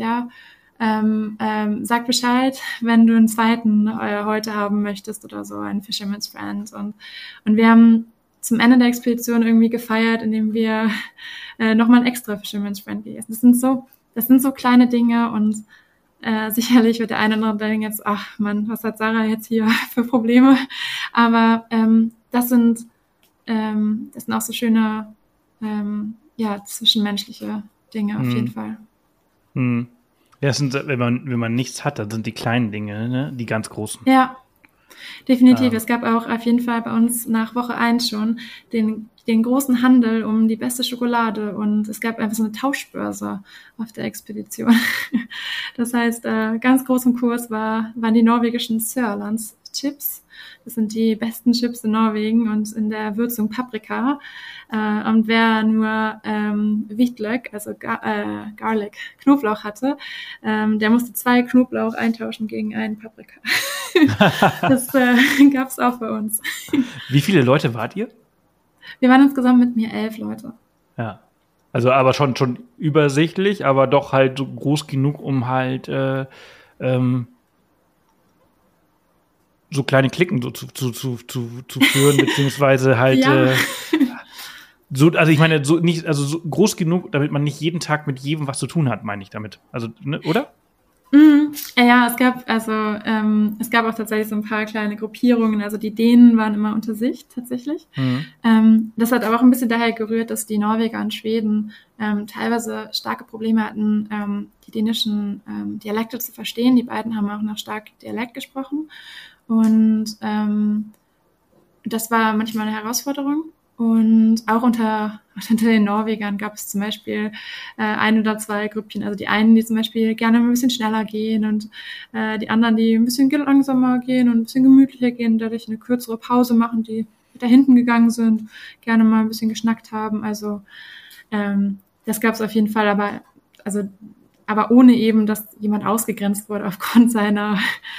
sag Bescheid, wenn du einen zweiten heute haben möchtest oder so, einen Fisherman's Friend und wir haben zum Ende der Expedition irgendwie gefeiert, indem wir nochmal ein extra Fisherman's Friend gegessen. Das sind so kleine Dinge und sicherlich wird der eine oder andere denken jetzt, ach Mann, was hat Sarah jetzt hier für Probleme? Aber das sind auch so schöne zwischenmenschliche Dinge auf jeden Fall. Ja, es sind, wenn man nichts hat, dann sind die kleinen Dinge, ne? Die ganz großen. Ja, definitiv. Es gab auch auf jeden Fall bei uns nach Woche 1 schon den großen Handel um die beste Schokolade und es gab einfach so eine Tauschbörse auf der Expedition. Das heißt, ganz groß im Kurs waren die norwegischen Sørlands Chips. Das sind die besten Chips in Norwegen und in der Würzung Paprika. Und wer nur Hvitløk, also Garlic, Knoblauch hatte, der musste 2 Knoblauch eintauschen gegen einen Paprika. Das gab's auch bei uns. Wie viele Leute wart ihr? Wir waren insgesamt mit mir 11 Leute. Ja. Also aber schon übersichtlich, aber doch halt so groß genug, um halt so kleine Klicken so zu führen, beziehungsweise halt also ich meine, so groß genug, damit man nicht jeden Tag mit jedem was zu tun hat, meine ich damit. Also, ne, oder? Ja, es gab auch tatsächlich so ein paar kleine Gruppierungen, also die Dänen waren immer unter sich tatsächlich. Das hat aber auch ein bisschen daher gerührt, dass die Norweger und Schweden teilweise starke Probleme hatten, die dänischen Dialekte zu verstehen. Die beiden haben auch noch stark Dialekt gesprochen und das war manchmal eine Herausforderung. Und auch unter den Norwegern gab es zum Beispiel 1 oder 2 Grüppchen. Also die einen, die zum Beispiel gerne ein bisschen schneller gehen und die anderen, die ein bisschen langsamer gehen und ein bisschen gemütlicher gehen, dadurch eine kürzere Pause machen, die da hinten gegangen sind, gerne mal ein bisschen geschnackt haben. Also das gab es auf jeden Fall, aber ohne eben, dass jemand ausgegrenzt wurde aufgrund seiner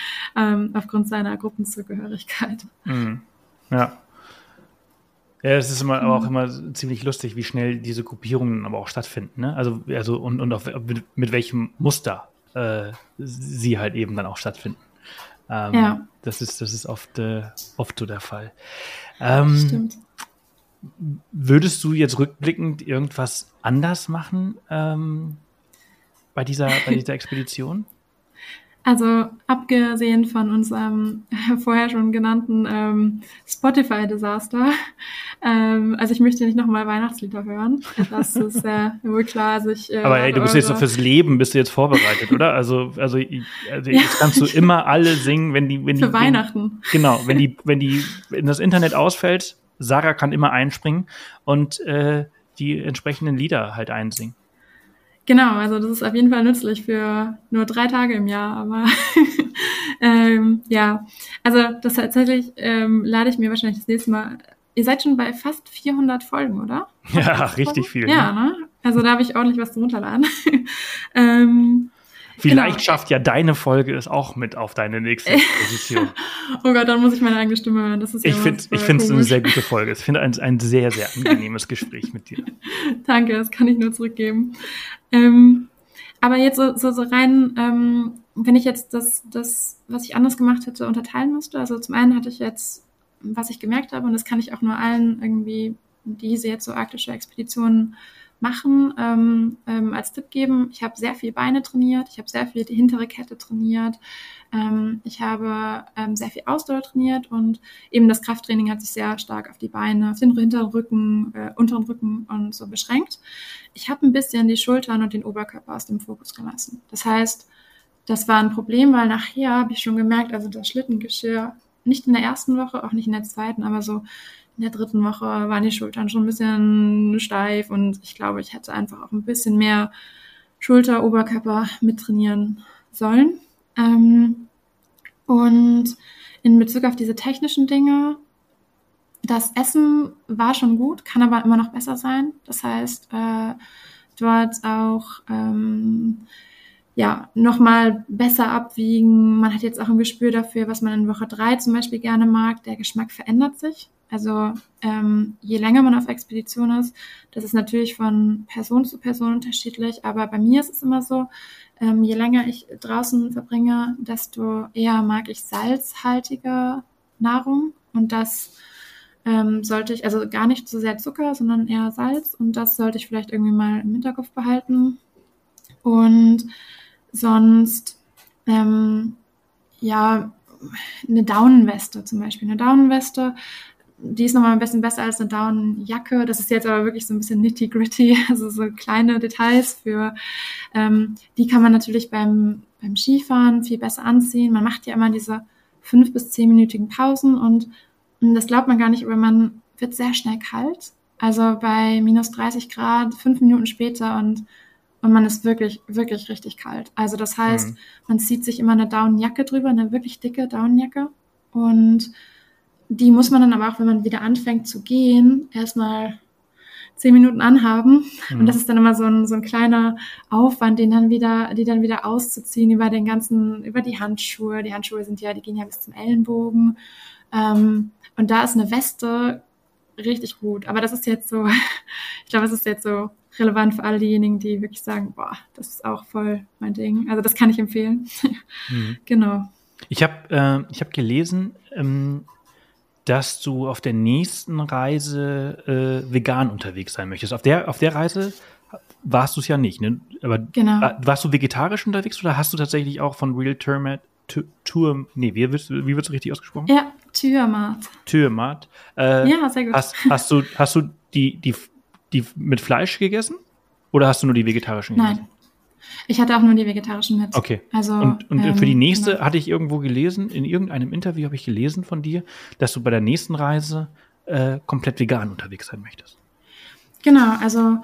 Gruppenzugehörigkeit. Ja. Ja, es ist aber auch immer ziemlich lustig, wie schnell diese Gruppierungen aber auch stattfinden, ne? Also und auch mit welchem Muster sie halt eben dann auch stattfinden. Das ist oft so der Fall. Stimmt. Würdest du jetzt rückblickend irgendwas anders machen bei dieser Expedition? Also abgesehen von unserem vorher schon genannten Spotify-Desaster, also ich möchte nicht nochmal Weihnachtslieder hören. Das ist wohl klar. Aber hey, du bist jetzt so fürs Leben, bist du jetzt vorbereitet, oder? Also jetzt kannst du immer alle singen, wenn die für Weihnachten. Genau, wenn das Internet ausfällt, Sarah kann immer einspringen und die entsprechenden Lieder halt einsingen. Genau, also das ist auf jeden Fall nützlich für nur 3 Tage im Jahr, aber also das tatsächlich lade ich mir wahrscheinlich das nächste Mal. Ihr seid schon bei fast 400 Folgen, oder? Ja, richtig viel. Ja, ne? Also da habe ich ordentlich was zu runterladen. Vielleicht schafft ja deine Folge es auch mit auf deine nächste Position. Oh Gott, dann muss ich meine eigene Stimme hören. Das ist ich finde es eine sehr gute Folge. Ich finde ein sehr, sehr angenehmes Gespräch mit dir. Danke, das kann ich nur zurückgeben. Aber jetzt so rein, wenn ich jetzt das, was ich anders gemacht hätte, unterteilen müsste. Also zum einen hatte ich jetzt, was ich gemerkt habe, und das kann ich auch nur allen irgendwie, die jetzt so arktische Expeditionen machen, als Tipp geben. Ich habe sehr viel Beine trainiert, ich habe sehr viel die hintere Kette trainiert, ich habe sehr viel Ausdauer trainiert und eben das Krafttraining hat sich sehr stark auf die Beine, auf den hinteren Rücken, unteren Rücken und so beschränkt. Ich habe ein bisschen die Schultern und den Oberkörper aus dem Fokus gelassen. Das heißt, das war ein Problem, weil nachher habe ich schon gemerkt, also das Schlittengeschirr, nicht in der ersten Woche, auch nicht in der zweiten, aber so in der 3. Woche waren die Schultern schon ein bisschen steif und ich glaube, ich hätte einfach auch ein bisschen mehr Schulter, Oberkörper mittrainieren sollen. Und in Bezug auf diese technischen Dinge, das Essen war schon gut, kann aber immer noch besser sein. Das heißt, dort auch nochmal besser abwiegen. Man hat jetzt auch ein Gespür dafür, was man in Woche 3 zum Beispiel gerne mag. Der Geschmack verändert sich. Also je länger man auf Expedition ist, das ist natürlich von Person zu Person unterschiedlich, aber bei mir ist es immer so, je länger ich draußen verbringe, desto eher mag ich salzhaltige Nahrung und das sollte ich, also gar nicht so sehr Zucker, sondern eher Salz, und das sollte ich vielleicht irgendwie mal im Hinterkopf behalten. Und sonst, ja, eine Daunenweste zum Beispiel. Eine Daunenweste, die ist nochmal ein bisschen besser als eine Daunenjacke. Das ist jetzt aber wirklich so ein bisschen nitty-gritty, also so kleine Details für, die kann man natürlich beim Skifahren viel besser anziehen. Man macht ja immer diese 5- bis 10-minütigen Pausen, und das glaubt man gar nicht, aber man wird sehr schnell kalt. Also bei minus 30 Grad, 5 Minuten später, und man ist wirklich, wirklich richtig kalt. Also das heißt, man zieht sich immer eine Daunenjacke drüber, eine wirklich dicke Daunenjacke. Und die muss man dann aber auch, wenn man wieder anfängt zu gehen, erstmal 10 Minuten anhaben. Und das ist dann immer so ein kleiner Aufwand, die dann wieder auszuziehen über die Handschuhe. Die Handschuhe die gehen ja bis zum Ellenbogen. Und da ist eine Weste richtig gut. Aber das ist jetzt so, ich glaube, es ist jetzt so relevant für alle diejenigen, die wirklich sagen, boah, das ist auch voll mein Ding. Also das kann ich empfehlen. Genau. Ich hab gelesen, dass du auf der nächsten Reise vegan unterwegs sein möchtest. Auf der Reise warst du es ja nicht, ne? Aber genau. Warst du vegetarisch unterwegs oder hast du tatsächlich auch von Real Tour, nee, wie wird's richtig ausgesprochen? Ja, Tiamat. Tiamat. Ja, sehr gut. Hast du die mit Fleisch gegessen? Oder hast du nur die vegetarischen gegessen? Nein. Ich hatte auch nur die vegetarischen mit. Okay. Also, und für die nächste genau. hatte ich irgendwo gelesen, in irgendeinem Interview habe ich gelesen von dir, dass du bei der nächsten Reise komplett vegan unterwegs sein möchtest. Genau, also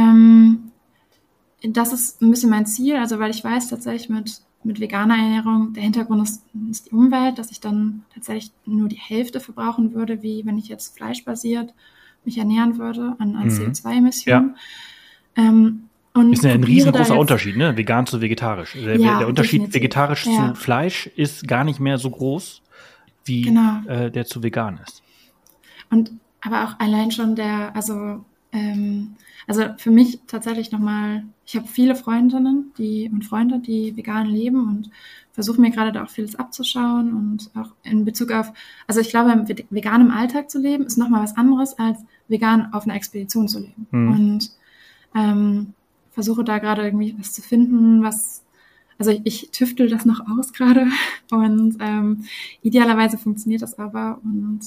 das ist ein bisschen mein Ziel, also weil ich weiß tatsächlich mit veganer Ernährung, der Hintergrund ist die Umwelt, dass ich dann tatsächlich nur die Hälfte verbrauchen würde, wie wenn ich jetzt fleischbasiert mich ernähren würde an CO2-Emissionen. Ja. Und ist ein riesengroßer Unterschied, ne? Vegan zu vegetarisch. Der Unterschied definitiv. Vegetarisch zu Fleisch ist gar nicht mehr so groß, wie der zu vegan ist. Und aber auch allein schon also für mich tatsächlich nochmal, ich habe viele Freundinnen und Freunde, die vegan leben, und versuche mir gerade da auch vieles abzuschauen, und auch in Bezug auf, also ich glaube, vegan im Alltag zu leben, ist nochmal was anderes, als vegan auf einer Expedition zu leben. Und versuche da gerade irgendwie was zu finden, also ich tüftel das noch aus gerade, und idealerweise funktioniert das aber, und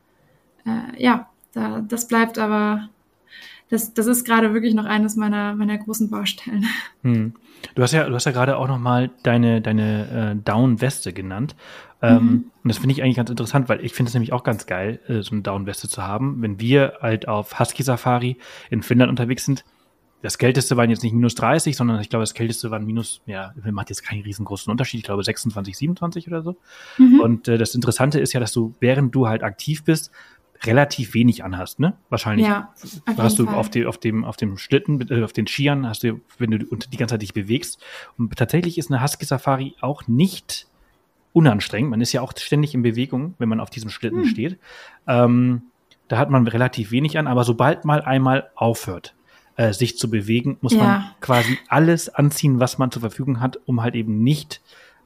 das bleibt aber, das ist gerade wirklich noch eines meiner großen Baustellen. Du hast ja gerade auch nochmal deine Down-Weste genannt. Und das finde ich eigentlich ganz interessant, weil ich finde es nämlich auch ganz geil, so eine Down-Weste zu haben. Wenn wir halt auf Husky-Safari in Finnland unterwegs sind, das Kälteste waren jetzt nicht minus 30, sondern ich glaube, das Kälteste waren macht jetzt keinen riesengroßen Unterschied, ich glaube 26, 27 oder so. Und das Interessante ist ja, dass du, während du halt aktiv bist, relativ wenig anhast, ne? Wahrscheinlich. Ja, hast du auf dem Schlitten, auf den Skiern hast du, wenn du die ganze Zeit dich bewegst. Und tatsächlich ist eine Husky Safari auch nicht unanstrengend. Man ist ja auch ständig in Bewegung, wenn man auf diesem Schlitten steht. Da hat man relativ wenig an, aber sobald mal einmal aufhört, sich zu bewegen, muss man quasi alles anziehen, was man zur Verfügung hat, um halt eben nicht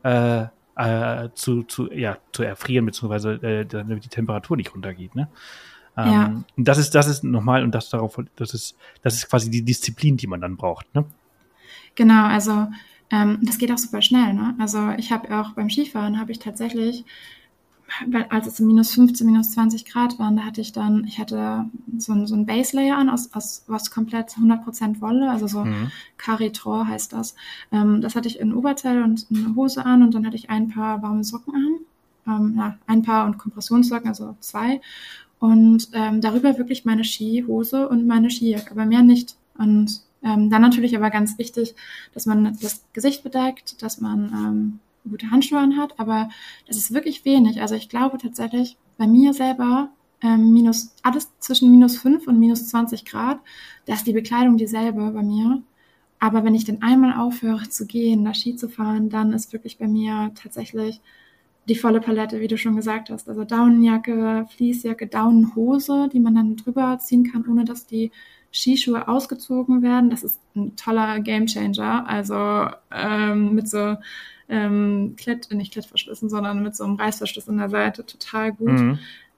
zu erfrieren, beziehungsweise damit die Temperatur nicht runtergeht, ne? Und das ist nochmal, und das ist quasi die Disziplin, die man dann braucht, ne? Genau, also das geht auch super schnell, ne? Also ich habe auch beim Skifahren tatsächlich, als es minus 15, minus 20 Grad waren, ich hatte so ein Base Layer an aus was komplett 100% Wolle, also so Caritror heißt das. Das hatte ich in Oberteil und eine Hose an, und dann hatte ich ein paar warme Socken an, ein Paar und Kompressionssocken, also 2, und darüber wirklich meine Skihose und meine Skijacke, aber mehr nicht. Und dann natürlich aber ganz wichtig, dass man das Gesicht bedeckt, dass man gute Handschuhe anhat, aber das ist wirklich wenig. Also ich glaube tatsächlich, bei mir selber alles zwischen minus 5 und minus 20 Grad, da ist die Bekleidung dieselbe bei mir. Aber wenn ich dann einmal aufhöre zu gehen, da Ski zu fahren, dann ist wirklich bei mir tatsächlich die volle Palette, wie du schon gesagt hast. Also Daunenjacke, Fleecejacke, Daunenhose, die man dann drüber ziehen kann, ohne dass die Skischuhe ausgezogen werden. Das ist ein toller Gamechanger. Also mit so nicht Klettverschlüssen, sondern mit so einem Reißverschluss an der Seite, total gut.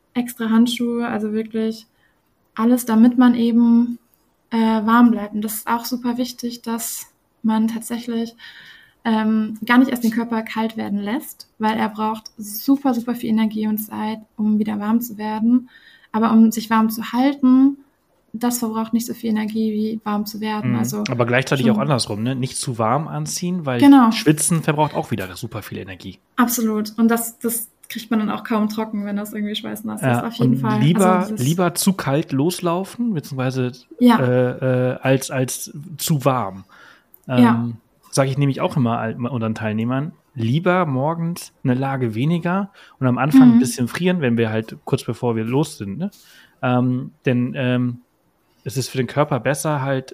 extra Handschuhe, also wirklich alles, damit man eben warm bleibt. Und das ist auch super wichtig, dass man tatsächlich gar nicht erst den Körper kalt werden lässt, weil er braucht super, super viel Energie und Zeit, um wieder warm zu werden. Aber um sich warm zu halten, das verbraucht nicht so viel Energie, wie warm zu werden. Also aber gleichzeitig schon, auch andersrum, ne? Nicht zu warm anziehen, weil genau, Schwitzen verbraucht auch wieder super viel Energie. absolut. Und das kriegt man dann auch kaum trocken, wenn das irgendwie schweißnass ist. Ja, Auf jeden und Fall. lieber zu kalt loslaufen, beziehungsweise als zu warm. Sage ich nämlich auch immer unseren Teilnehmern, lieber morgens eine Lage weniger und am Anfang ein bisschen frieren, wenn wir halt kurz bevor wir los sind. Ne? Denn es ist für den Körper besser, halt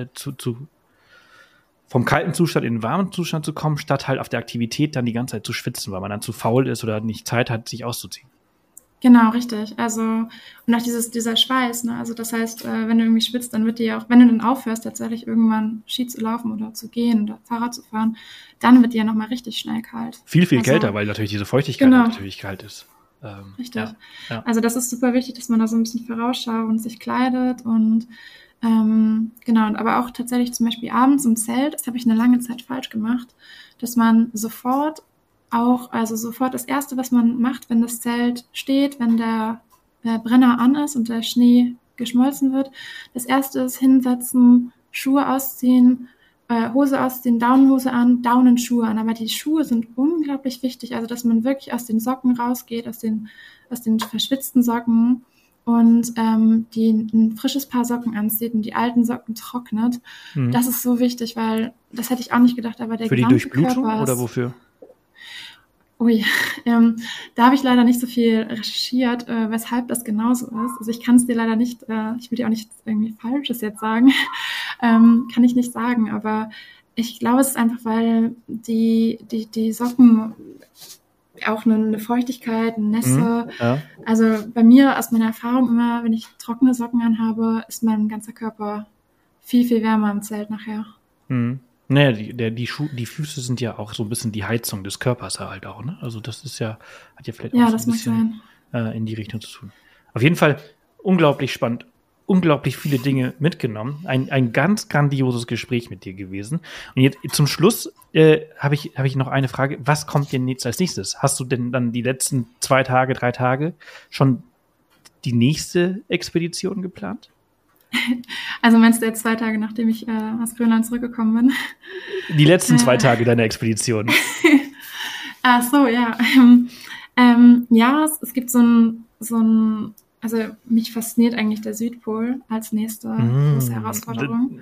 vom kalten Zustand in den warmen Zustand zu kommen, statt halt auf der Aktivität dann die ganze Zeit zu schwitzen, weil man dann zu faul ist oder nicht Zeit hat, sich auszuziehen. Genau, richtig. Also, und auch dieser Schweiß, ne? Also das heißt, wenn du irgendwie schwitzt, dann wird dir ja auch, wenn du dann aufhörst, tatsächlich irgendwann Ski zu laufen oder zu gehen oder Fahrrad zu fahren, dann wird dir ja nochmal richtig schnell kalt. Viel kälter, weil natürlich diese Feuchtigkeit natürlich kalt ist. Richtig. Ja. Also das ist super wichtig, dass man da so ein bisschen vorausschaut und sich kleidet und genau, aber auch tatsächlich zum Beispiel abends im Zelt, das habe ich eine lange Zeit falsch gemacht, dass man sofort das Erste, was man macht, wenn das Zelt steht, wenn der Brenner an ist und der Schnee geschmolzen wird, das Erste ist hinsetzen, Schuhe ausziehen, Hose ausziehen, Daunenhose an, Daunenschuhe an. Aber die Schuhe sind unglaublich wichtig, also dass man wirklich aus den Socken rausgeht, aus den verschwitzten Socken und die ein frisches Paar Socken anzieht und die alten Socken trocknet. Das ist so wichtig, weil das hätte ich auch nicht gedacht, aber der für die gesamte Durchblutung Körper oder wofür? Ui, da habe ich leider nicht so viel recherchiert, weshalb das genauso ist. Also ich kann es dir leider nicht, ich will dir auch nicht irgendwie Falsches jetzt sagen, kann ich nicht sagen, aber ich glaube, es ist einfach, weil die Socken auch eine Feuchtigkeit, eine Nässe. Ja. Also bei mir aus meiner Erfahrung immer, wenn ich trockene Socken anhabe, ist mein ganzer Körper viel, viel wärmer im Zelt nachher. Naja, die Füße sind ja auch so ein bisschen die Heizung des Körpers halt auch, ne? Also das ist hat ja vielleicht auch so ein bisschen in die Richtung zu tun. Auf jeden Fall unglaublich spannend, unglaublich viele Dinge mitgenommen. Ein ganz grandioses Gespräch mit dir gewesen. Und jetzt zum Schluss habe ich noch eine Frage. Was kommt denn jetzt als nächstes? Hast du denn dann die letzten 2 Tage, 3 Tage schon die nächste Expedition geplant? Also meinst du jetzt 2 Tage, nachdem ich aus Grönland zurückgekommen bin? Die letzten 2 Tage deiner Expedition. Ach so, ja. Ja, es gibt so ein, also mich fasziniert eigentlich der Südpol als nächste große Herausforderung.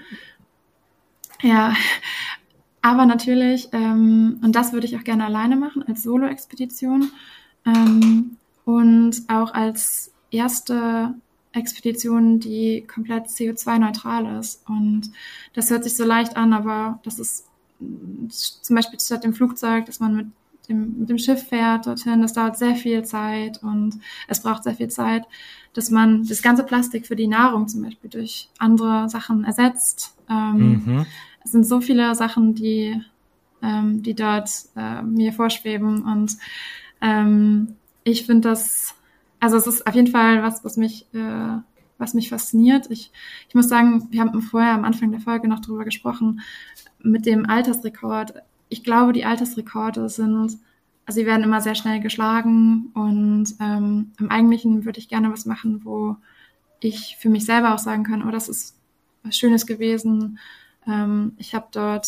Ja, aber natürlich, und das würde ich auch gerne alleine machen, als Solo-Expedition und auch als erste Expedition, die komplett CO2-neutral ist. Und das hört sich so leicht an, aber das ist zum Beispiel statt dem Flugzeug, dass man mit dem Schiff fährt dorthin, das dauert sehr viel Zeit und es braucht sehr viel Zeit, dass man das ganze Plastik für die Nahrung zum Beispiel durch andere Sachen ersetzt. Es sind so viele Sachen, die dort mir vorschweben und ich finde das, also es ist auf jeden Fall was mich fasziniert. Ich muss sagen, wir haben vorher am Anfang der Folge noch drüber gesprochen, mit dem Altersrekord. Ich glaube, die Altersrekorde also sie werden immer sehr schnell geschlagen und im Eigentlichen würde ich gerne was machen, wo ich für mich selber auch sagen kann, oh, das ist was Schönes gewesen. Ich habe dort,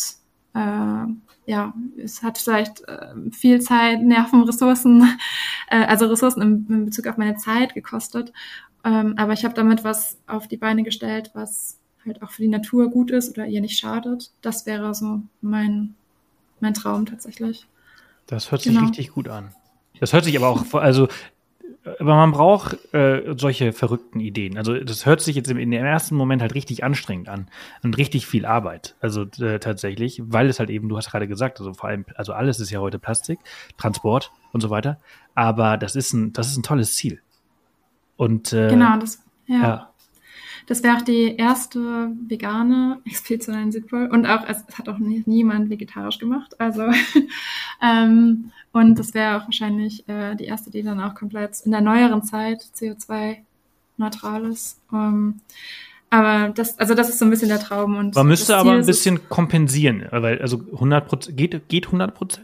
es hat vielleicht viel Zeit, Nerven, Ressourcen, also Ressourcen in Bezug auf meine Zeit gekostet. Aber ich habe damit was auf die Beine gestellt, was halt auch für die Natur gut ist oder ihr nicht schadet. Das wäre so mein Traum tatsächlich. Das hört sich richtig gut an. Das hört sich aber auch, aber man braucht solche verrückten Ideen. Also das hört sich jetzt in dem ersten Moment halt richtig anstrengend an und richtig viel Arbeit. Also tatsächlich, weil es halt eben, du hast gerade gesagt, also vor allem, also alles ist ja heute Plastik, Transport und so weiter. Aber das ist ein tolles Ziel. Und genau, das wäre auch die erste vegane Expedition in den Südpol. Und auch, es hat auch niemand vegetarisch gemacht. Also Und das wäre auch wahrscheinlich die erste, die dann auch komplett in der neueren Zeit CO2-neutral ist. Aber das ist so ein bisschen der Traum. Und man müsste aber ein bisschen kompensieren, weil also 100%, geht 100%?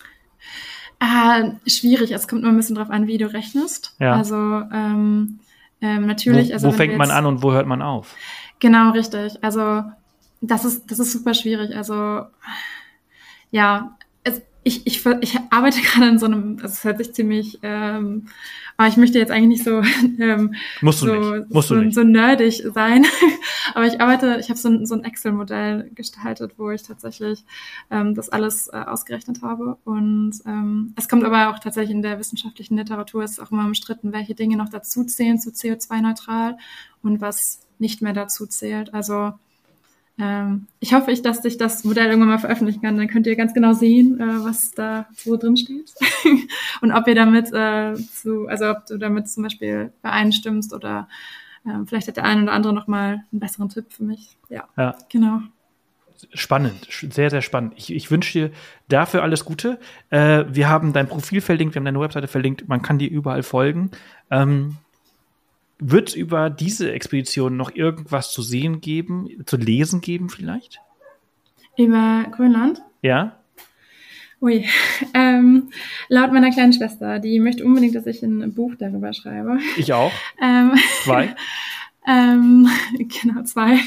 Schwierig, es kommt nur ein bisschen drauf an, wie du rechnest. Ja. Also natürlich. Wo fängt man an und wo hört man auf? Genau, richtig. Also das ist super schwierig. Also ja, ich arbeite gerade in so einem, also es hört sich ziemlich, aber ich möchte jetzt eigentlich nicht so Musst du nicht. So nerdig sein. Aber ich habe so ein Excel-Modell gestaltet, wo ich tatsächlich das alles ausgerechnet habe. Und es kommt aber auch tatsächlich in der wissenschaftlichen Literatur, ist auch immer umstritten, welche Dinge noch dazu zählen zu CO2-neutral und was nicht mehr dazu zählt. Also ich hoffe, dass ich das Modell irgendwann mal veröffentlichen kann. Dann könnt ihr ganz genau sehen, was da so drin steht. Und ob ihr damit ob du damit zum Beispiel übereinstimmst oder vielleicht hat der eine oder andere noch mal einen besseren Tipp für mich. Ja. Genau. Spannend, sehr, sehr spannend. Ich wünsche dir dafür alles Gute. Wir haben dein Profil verlinkt, wir haben deine Webseite verlinkt. Man kann dir überall folgen. Wird es über diese Expedition noch irgendwas zu lesen geben vielleicht? Über Grönland? Ja. Ui. Laut meiner kleinen Schwester, die möchte unbedingt, dass ich ein Buch darüber schreibe. Ich auch. 2. Genau, 2.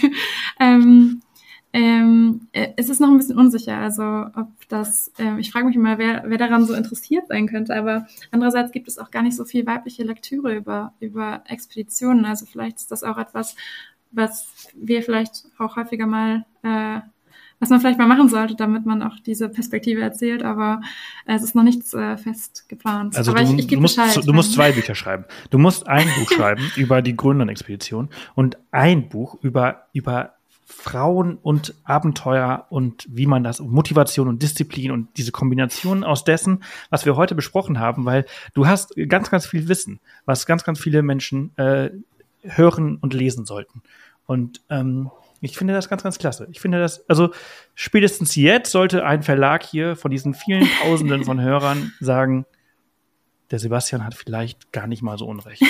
Es ist noch ein bisschen unsicher, also ob das, ich frage mich immer, wer daran so interessiert sein könnte, aber andererseits gibt es auch gar nicht so viel weibliche Lektüre über Expeditionen, also vielleicht ist das auch etwas, was wir vielleicht auch häufiger mal, was man vielleicht mal machen sollte, damit man auch diese Perspektive erzählt, aber es ist noch nichts fest geplant. Also aber du musst 2 Bücher schreiben. Du musst ein Buch schreiben über die Grönland-Expedition und ein Buch über Frauen und Abenteuer und wie man das, Motivation und Disziplin und diese Kombination aus dessen, was wir heute besprochen haben, weil du hast ganz, ganz viel Wissen, was ganz, ganz viele Menschen hören und lesen sollten. Und ich finde das ganz, ganz klasse. Ich finde das, also spätestens jetzt sollte ein Verlag hier von diesen vielen Tausenden von Hörern sagen, der Sebastian hat vielleicht gar nicht mal so unrecht.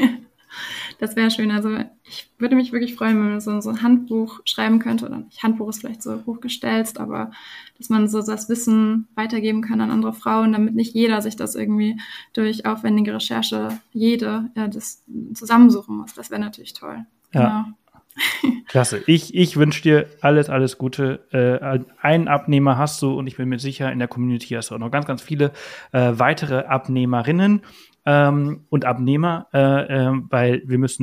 Das wäre schön. Also ich würde mich wirklich freuen, wenn man so ein Handbuch schreiben könnte. Oder nicht, Handbuch ist vielleicht so hochgestelzt, aber dass man so das Wissen weitergeben kann an andere Frauen, damit nicht jeder sich das irgendwie durch aufwendige Recherche, das zusammensuchen muss. Das wäre natürlich toll. Genau. Ja. Klasse. Ich wünsche dir alles Gute. Einen Abnehmer hast du und ich bin mir sicher, in der Community hast du auch noch ganz, ganz viele weitere Abnehmerinnen und Abnehmer, weil wir müssen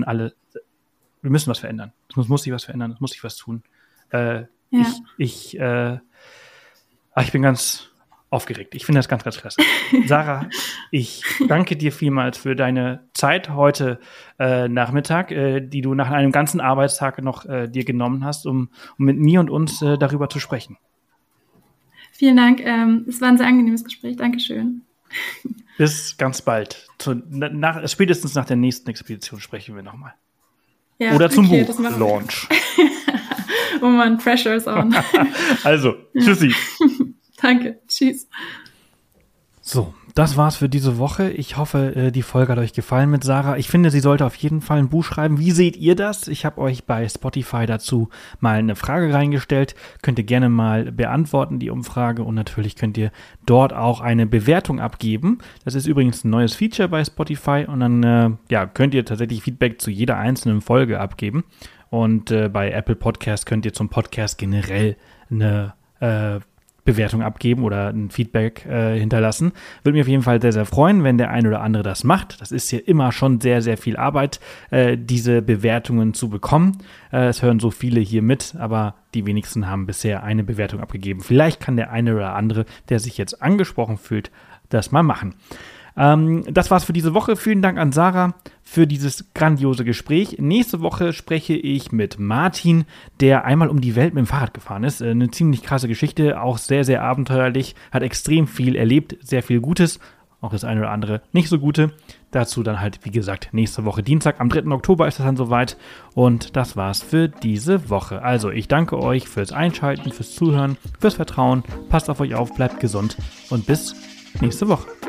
was verändern. Es muss sich was verändern, es muss sich was tun. Ich bin ganz aufgeregt. Ich finde das ganz, ganz klasse. Sarah, ich danke dir vielmals für deine Zeit heute Nachmittag, die du nach einem ganzen Arbeitstag noch dir genommen hast, um mit mir und uns darüber zu sprechen. Vielen Dank. Es war ein sehr angenehmes Gespräch. Dankeschön. Bis ganz bald. Spätestens nach der nächsten Expedition sprechen wir nochmal. Ja, oder zum Buch-Launch. Oh Mann, Pressure is on. Also, tschüssi. Danke, tschüss. So, das war's für diese Woche. Ich hoffe, die Folge hat euch gefallen mit Sarah. Ich finde, sie sollte auf jeden Fall ein Buch schreiben. Wie seht ihr das? Ich habe euch bei Spotify dazu mal eine Frage reingestellt. Könnt ihr gerne mal beantworten, die Umfrage. Und natürlich könnt ihr dort auch eine Bewertung abgeben. Das ist übrigens ein neues Feature bei Spotify. Und dann könnt ihr tatsächlich Feedback zu jeder einzelnen Folge abgeben. Und bei Apple Podcast könnt ihr zum Podcast generell eine Bewertung abgeben oder ein Feedback hinterlassen. Würde mich auf jeden Fall sehr, sehr freuen, wenn der ein oder andere das macht. Das ist hier immer schon sehr, sehr viel Arbeit, diese Bewertungen zu bekommen. Es hören so viele hier mit, aber die wenigsten haben bisher eine Bewertung abgegeben. Vielleicht kann der eine oder andere, der sich jetzt angesprochen fühlt, das mal machen. Das war's für diese Woche. Vielen Dank an Sarah für dieses grandiose Gespräch. Nächste Woche spreche ich mit Martin, der einmal um die Welt mit dem Fahrrad gefahren ist. Eine ziemlich krasse Geschichte, auch sehr, sehr abenteuerlich, hat extrem viel erlebt, sehr viel Gutes. auch das eine oder andere nicht so gute. Dazu dann halt, wie gesagt, nächste Woche Dienstag, am 3. Oktober ist das dann soweit. Und das war's für diese Woche. Also, ich danke euch fürs Einschalten, fürs Zuhören, fürs Vertrauen. Passt auf euch auf, bleibt gesund und bis nächste Woche.